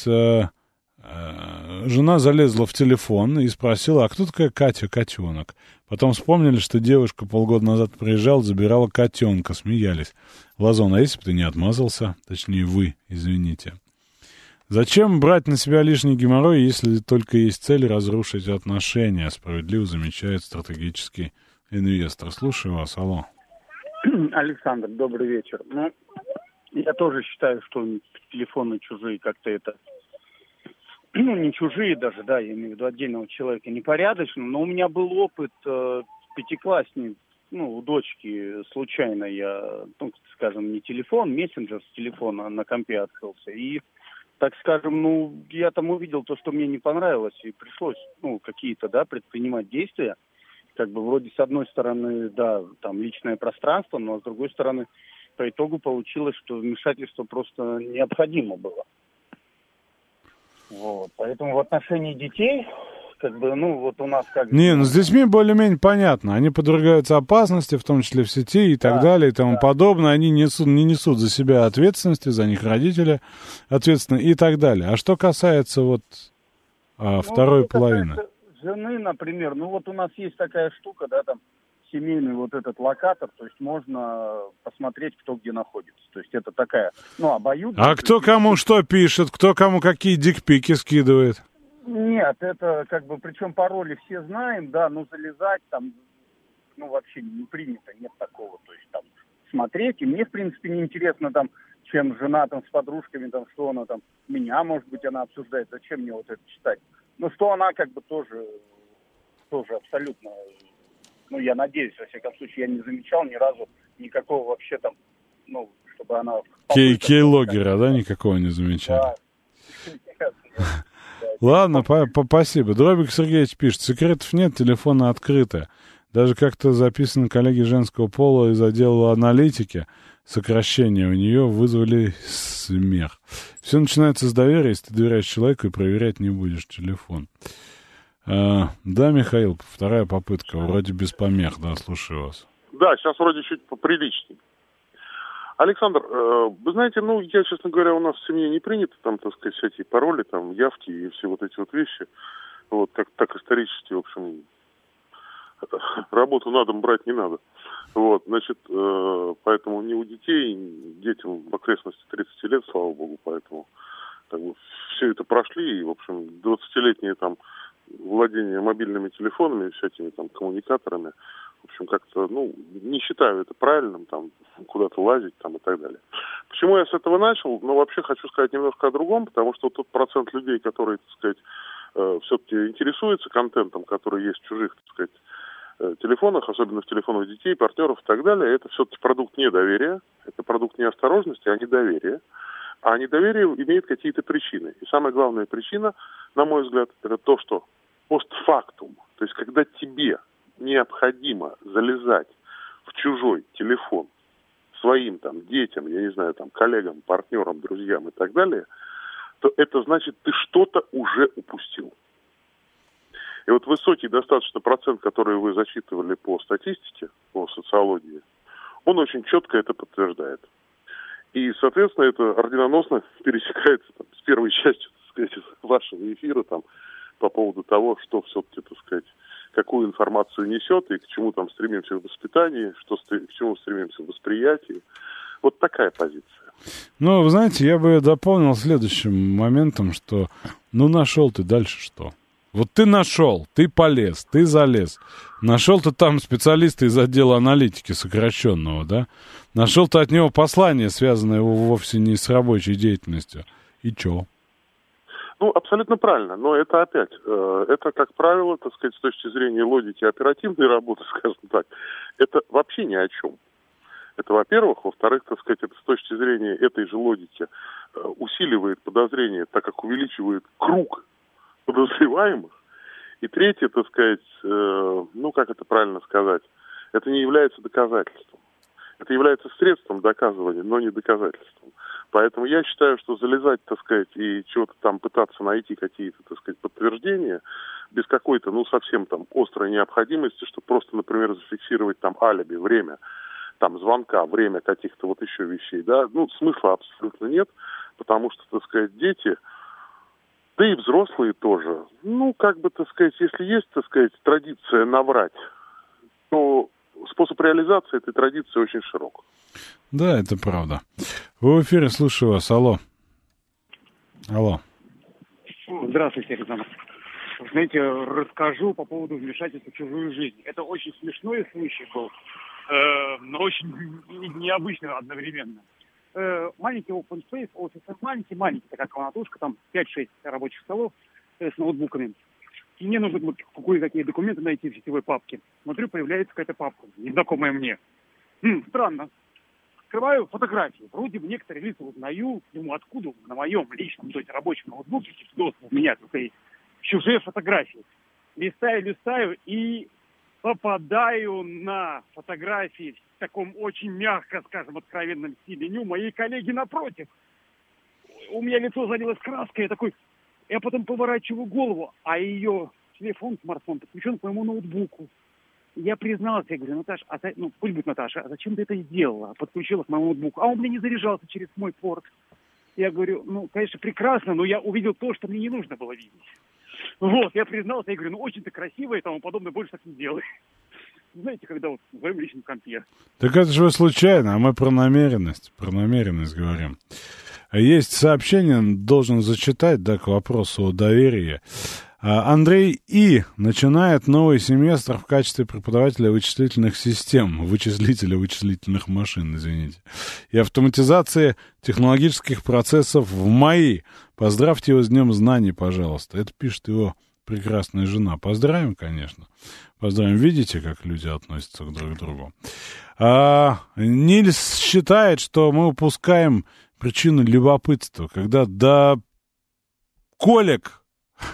Жена залезла в телефон и спросила, а кто такая Катя, котенок? Потом вспомнили, что девушка полгода назад приезжала, забирала котенка, смеялись. Лазон, а если бы ты не отмазался? Точнее, вы, извините. Зачем брать на себя лишний геморрой, если только есть цель разрушить отношения? Справедливо замечает стратегический инвестор. Слушаю вас, алло. Александр, добрый вечер. Я тоже считаю, что телефоны чужие как-то это... не чужие даже, да, я имею в виду отдельного человека, непорядочно, но у меня был опыт пятиклассник, у дочки случайно я, скажем, не телефон, мессенджер с телефона на компе открылся, и, так скажем, я там увидел то, что мне не понравилось, и пришлось, какие-то, предпринимать действия, вроде с одной стороны, да, там личное пространство, но с другой стороны, по итогу получилось, что вмешательство просто необходимо было. Поэтому в отношении детей, у нас с детьми более-менее понятно. Они подвергаются опасности, в том числе в сети и так далее и тому подобное. Они не несут за себя ответственности, за них родители ответственны и так далее. А что касается второй половины? Жены, например, у нас есть такая штука, семейный этот локатор, то есть можно посмотреть, кто где находится. То есть это такая, обоюдная. А кто кому что пишет, кто кому какие дикпики скидывает? Нет, это как бы, причем пароли все знаем, да, но залезать там, ну, вообще не принято, нет такого. То есть там смотреть, и мне, в принципе, не интересно там, чем жена там с подружками, там, что она там, меня, может быть, она обсуждает, зачем мне вот это читать. Ну, что она как бы тоже абсолютно, ну, я надеюсь, во всяком случае, я не замечал ни разу никакого вообще там, ну, чтобы она... Кей-логера, да, никакого не замечали? Да. Ладно, спасибо. Дробик Сергеевич пишет, секретов нет, телефоны открыты. Даже как-то записаны коллеги женского пола из отдела аналитики, сокращения у нее вызвали смех. Все начинается с доверия, если ты доверяешь человеку и проверять не будешь телефон. Да, Михаил, вторая попытка, вроде без помех, да, слушаю вас. Да, сейчас вроде чуть поприличней. Александр, вы знаете, ну, я, честно говоря, у нас в семье не принято там, так сказать, всякие пароли, там, явки и все вот эти вот вещи. Вот, так исторически, в общем, работу на дом брать не надо. Вот, значит, поэтому ни у детей, детям в окрестности 30 лет, слава богу, поэтому как бы, все это прошли, и, в общем, 20-летние там владение мобильными телефонами, всякими там коммуникаторами, в общем, как-то, ну, не считаю это правильным, там, куда-то лазить, там, и так далее. Почему я с этого начал? Ну, вообще, хочу сказать немножко о другом, потому что тот процент людей, которые, так сказать, все-таки интересуются контентом, который есть в чужих, так сказать, телефонах, особенно в телефонах детей, партнеров и так далее, это все-таки продукт недоверия, это продукт неосторожности, а недоверия. А недоверие имеет какие-то причины. И самая главная причина, на мой взгляд, это то, что постфактум, то есть когда тебе необходимо залезать в чужой телефон своим там детям, я не знаю, там коллегам, партнерам, друзьям и так далее, то это значит, ты что-то уже упустил. И вот высокий достаточно процент, который вы зачитывали по статистике, по социологии, он очень четко это подтверждает. И, соответственно, это орденоносно пересекается там, с первой частью, так сказать, вашего эфира там, по поводу того, что все-таки, так сказать, какую информацию несет и к чему там стремимся в воспитании, к чему стремимся в восприятии. Вот такая позиция. Ну, вы знаете, я бы дополнил следующим моментом, что, ну, нашел ты, дальше что? Вот ты нашел, ты полез, ты залез. Нашел ты там специалиста из отдела аналитики сокращенного, да? Нашел ты от него послание, связанное вовсе не с рабочей деятельностью. И чё? Ну, абсолютно правильно, но это опять, это, как правило, так сказать, с точки зрения логики оперативной работы, скажем так, это вообще ни о чем. Это, во-первых. Во-вторых, так сказать, это с точки зрения этой же логики усиливает подозрение, так как увеличивает круг подозреваемых. И третье, так сказать, ну, как это правильно сказать, это не является доказательством. Это является средством доказывания, но не доказательством. Поэтому я считаю, что залезать, так сказать, и чего-то там пытаться найти какие-то, так сказать, подтверждения без какой-то, ну, совсем там острой необходимости, чтобы просто, например, зафиксировать там алиби, время там звонка, время каких-то вот еще вещей, да, ну, смысла абсолютно нет, потому что, так сказать, дети, да и взрослые тоже, ну, как бы, так сказать, если есть, так сказать, традиция наврать, то способ реализации этой традиции очень широк. Да, это правда. Вы в эфире, слушаю вас. Алло. Алло. Здравствуйте, Александр. Знаете, расскажу по поводу вмешательства в чужую жизнь. Это очень смешной случай был, но очень необычный одновременно. Маленький open space, офис маленький, такая комнатушка, там 5-6 рабочих столов с ноутбуками. И мне нужно кое-какие документы найти в сетевой папке. Смотрю, появляется какая-то папка, незнакомая мне. Странно. Открываю фотографии. Вроде бы некоторые лица узнаю. Думаю, откуда на моем личном, то есть рабочем ноутбуке, у меня какие чужие фотографии. Листаю и попадаю на фотографии в таком очень мягко, скажем, откровенном стиле моей коллеги напротив. У меня лицо залилось краской, я потом поворачиваю голову, а ее телефон, смартфон подключен к моему ноутбуку. Я признался, я говорю, Наташа, пусть будет Наташа, а зачем ты это сделала? Подключила к моему ноутбуку. А он мне не заряжался через мой порт. Я говорю, конечно, прекрасно, но я увидел то, что мне не нужно было видеть. Вот, я признался, я говорю, очень ты красивая и тому подобное, больше так не делай. Знаете, когда вот в своем личном компе. Так это же вы случайно, а мы про намеренность говорим. Есть сообщение, должен зачитать, да, к вопросу о доверии. Андрей И. начинает новый семестр в качестве преподавателя вычислительных систем, вычислителя вычислительных машин, извините, и автоматизации технологических процессов в МАИ. Поздравьте его с Днем Знаний, пожалуйста. Это пишет его прекрасная жена. Поздравим, конечно. Поздравим. Видите, как люди относятся друг к другу. Нильс считает, что мы упускаем причину любопытства, когда до колик,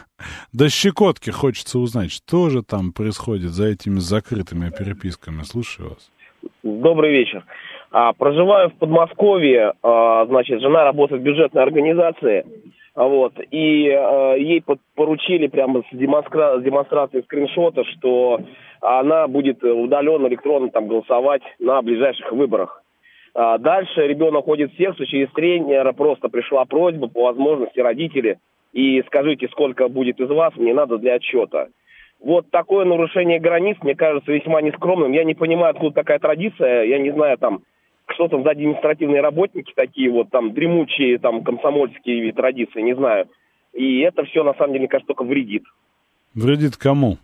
до щекотки хочется узнать, что же там происходит за этими закрытыми переписками. Слушаю вас. Добрый вечер. Проживаю в Подмосковье, значит, жена работает в бюджетной организации, вот, и ей поручили прямо с демонстрацией скриншота, что она будет удаленно, электронно там голосовать на ближайших выборах. Дальше ребенок ходит в секцию, через тренера просто пришла просьба, по возможности, родители, и скажите, сколько будет из вас, мне надо для отчета. Вот такое нарушение границ, мне кажется, весьма нескромным. Я не понимаю, откуда такая традиция, я не знаю, там, что там за административные работники такие вот, там, дремучие, там, комсомольские традиции, не знаю. И это все, на самом деле, мне кажется, только вредит. Вредит кому?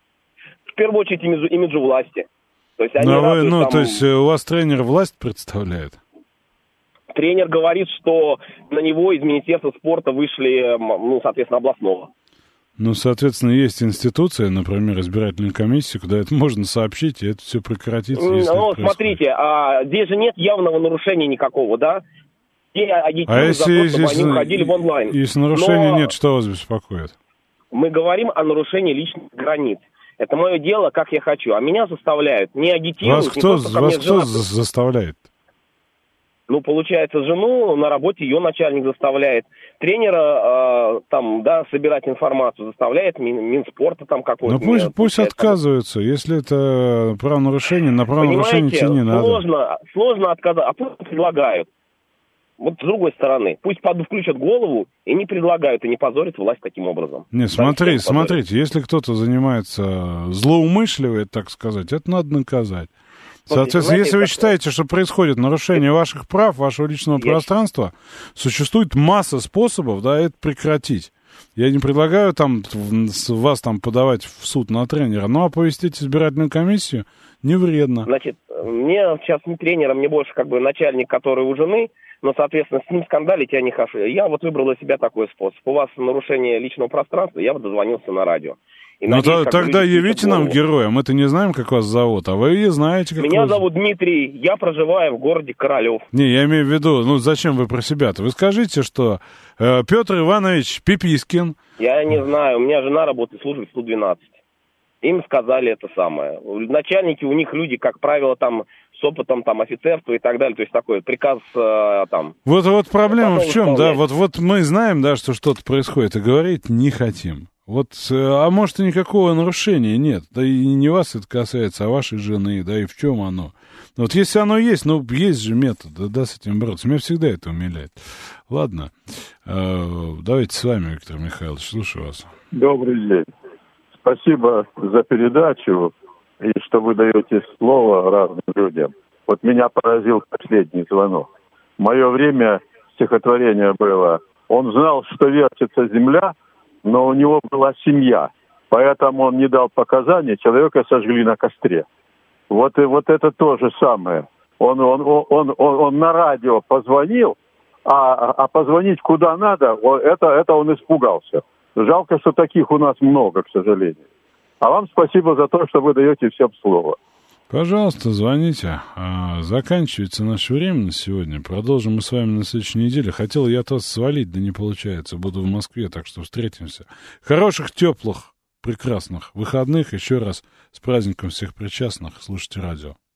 В первую очередь имиджу власти. То есть, они то есть у вас тренер власть представляет? Тренер говорит, что на него из Министерства спорта вышли, ну, соответственно, областного. Ну, соответственно, есть институция, например, избирательная комиссия, куда это можно сообщить, и это все прекратится. Ну, смотрите, здесь же нет явного нарушения никакого, да? Все агитируют за то, чтобы они уходили в онлайн. Если нарушения нет, что вас беспокоит? Мы говорим о нарушении личных границ. Это мое дело, как я хочу. А меня заставляют, не агитируют. Вас кто заставляет? Ну, получается, жену на работе ее начальник заставляет. Тренера, там, да, собирать информацию заставляет, Минспорта там какой-то. Ну, пусть отказываются, если это правонарушение, на правонарушение идти не надо. Сложно отказаться, а пусть предлагают. Вот с другой стороны, пусть включат голову и не предлагают, и не позорят власть таким образом. Не, смотрите, если кто-то занимается, злоумышливает, так сказать, это надо наказать. Соответственно, если вы считаете, что происходит нарушение ваших прав, вашего личного пространства, существует масса способов, да, это прекратить. Я не предлагаю там вас там подавать в суд на тренера, но оповестить избирательную комиссию не вредно. Значит, мне сейчас не тренер, мне больше как бы начальник, который у жены, но, соответственно, с ним скандалить я не хочу. Я вот выбрал для себя такой способ. У вас нарушение личного пространства, я вот дозвонился на радио. Ну, тогда явите нам героя. Мы-то не знаем, как вас зовут, а вы знаете, как Меня зовут Дмитрий, я проживаю в городе Королев. Не, я имею в виду, ну, зачем вы про себя-то? Вы скажите, что Петр Иванович Пипискин... Я не знаю, у меня жена работает в службе 112. Им сказали это самое. Начальники у них люди, как правило, там с опытом там офицерства и так далее. То есть такой приказ там... Вот проблема в чем, да? Вот мы знаем, да, что что-то происходит, и говорить не хотим. Вот, а может, и никакого нарушения нет. Да и не вас это касается, а вашей жены, да и в чем оно. Вот если оно есть, ну, есть же метод, да, с этим бороться. Меня всегда это умиляет. Ладно, давайте с вами, Виктор Михайлович, слушаю вас. Добрый день. Спасибо за передачу и что вы даете слово разным людям. Вот меня поразил последний звонок. В мое время стихотворение было. Он знал, что вертится земля, но у него была семья, поэтому он не дал показания, человека сожгли на костре. Вот это то же самое. Он на радио позвонил, а позвонить куда надо, это он испугался. Жалко, что таких у нас много, к сожалению. А вам спасибо за то, что вы даете всем слово. Пожалуйста, звоните. Заканчивается наше время на сегодня. Продолжим мы с вами на следующей неделе. Хотел я от вас свалить, да не получается. Буду в Москве, так что встретимся. Хороших, теплых, прекрасных выходных. Еще раз с праздником всех причастных. Слушайте радио.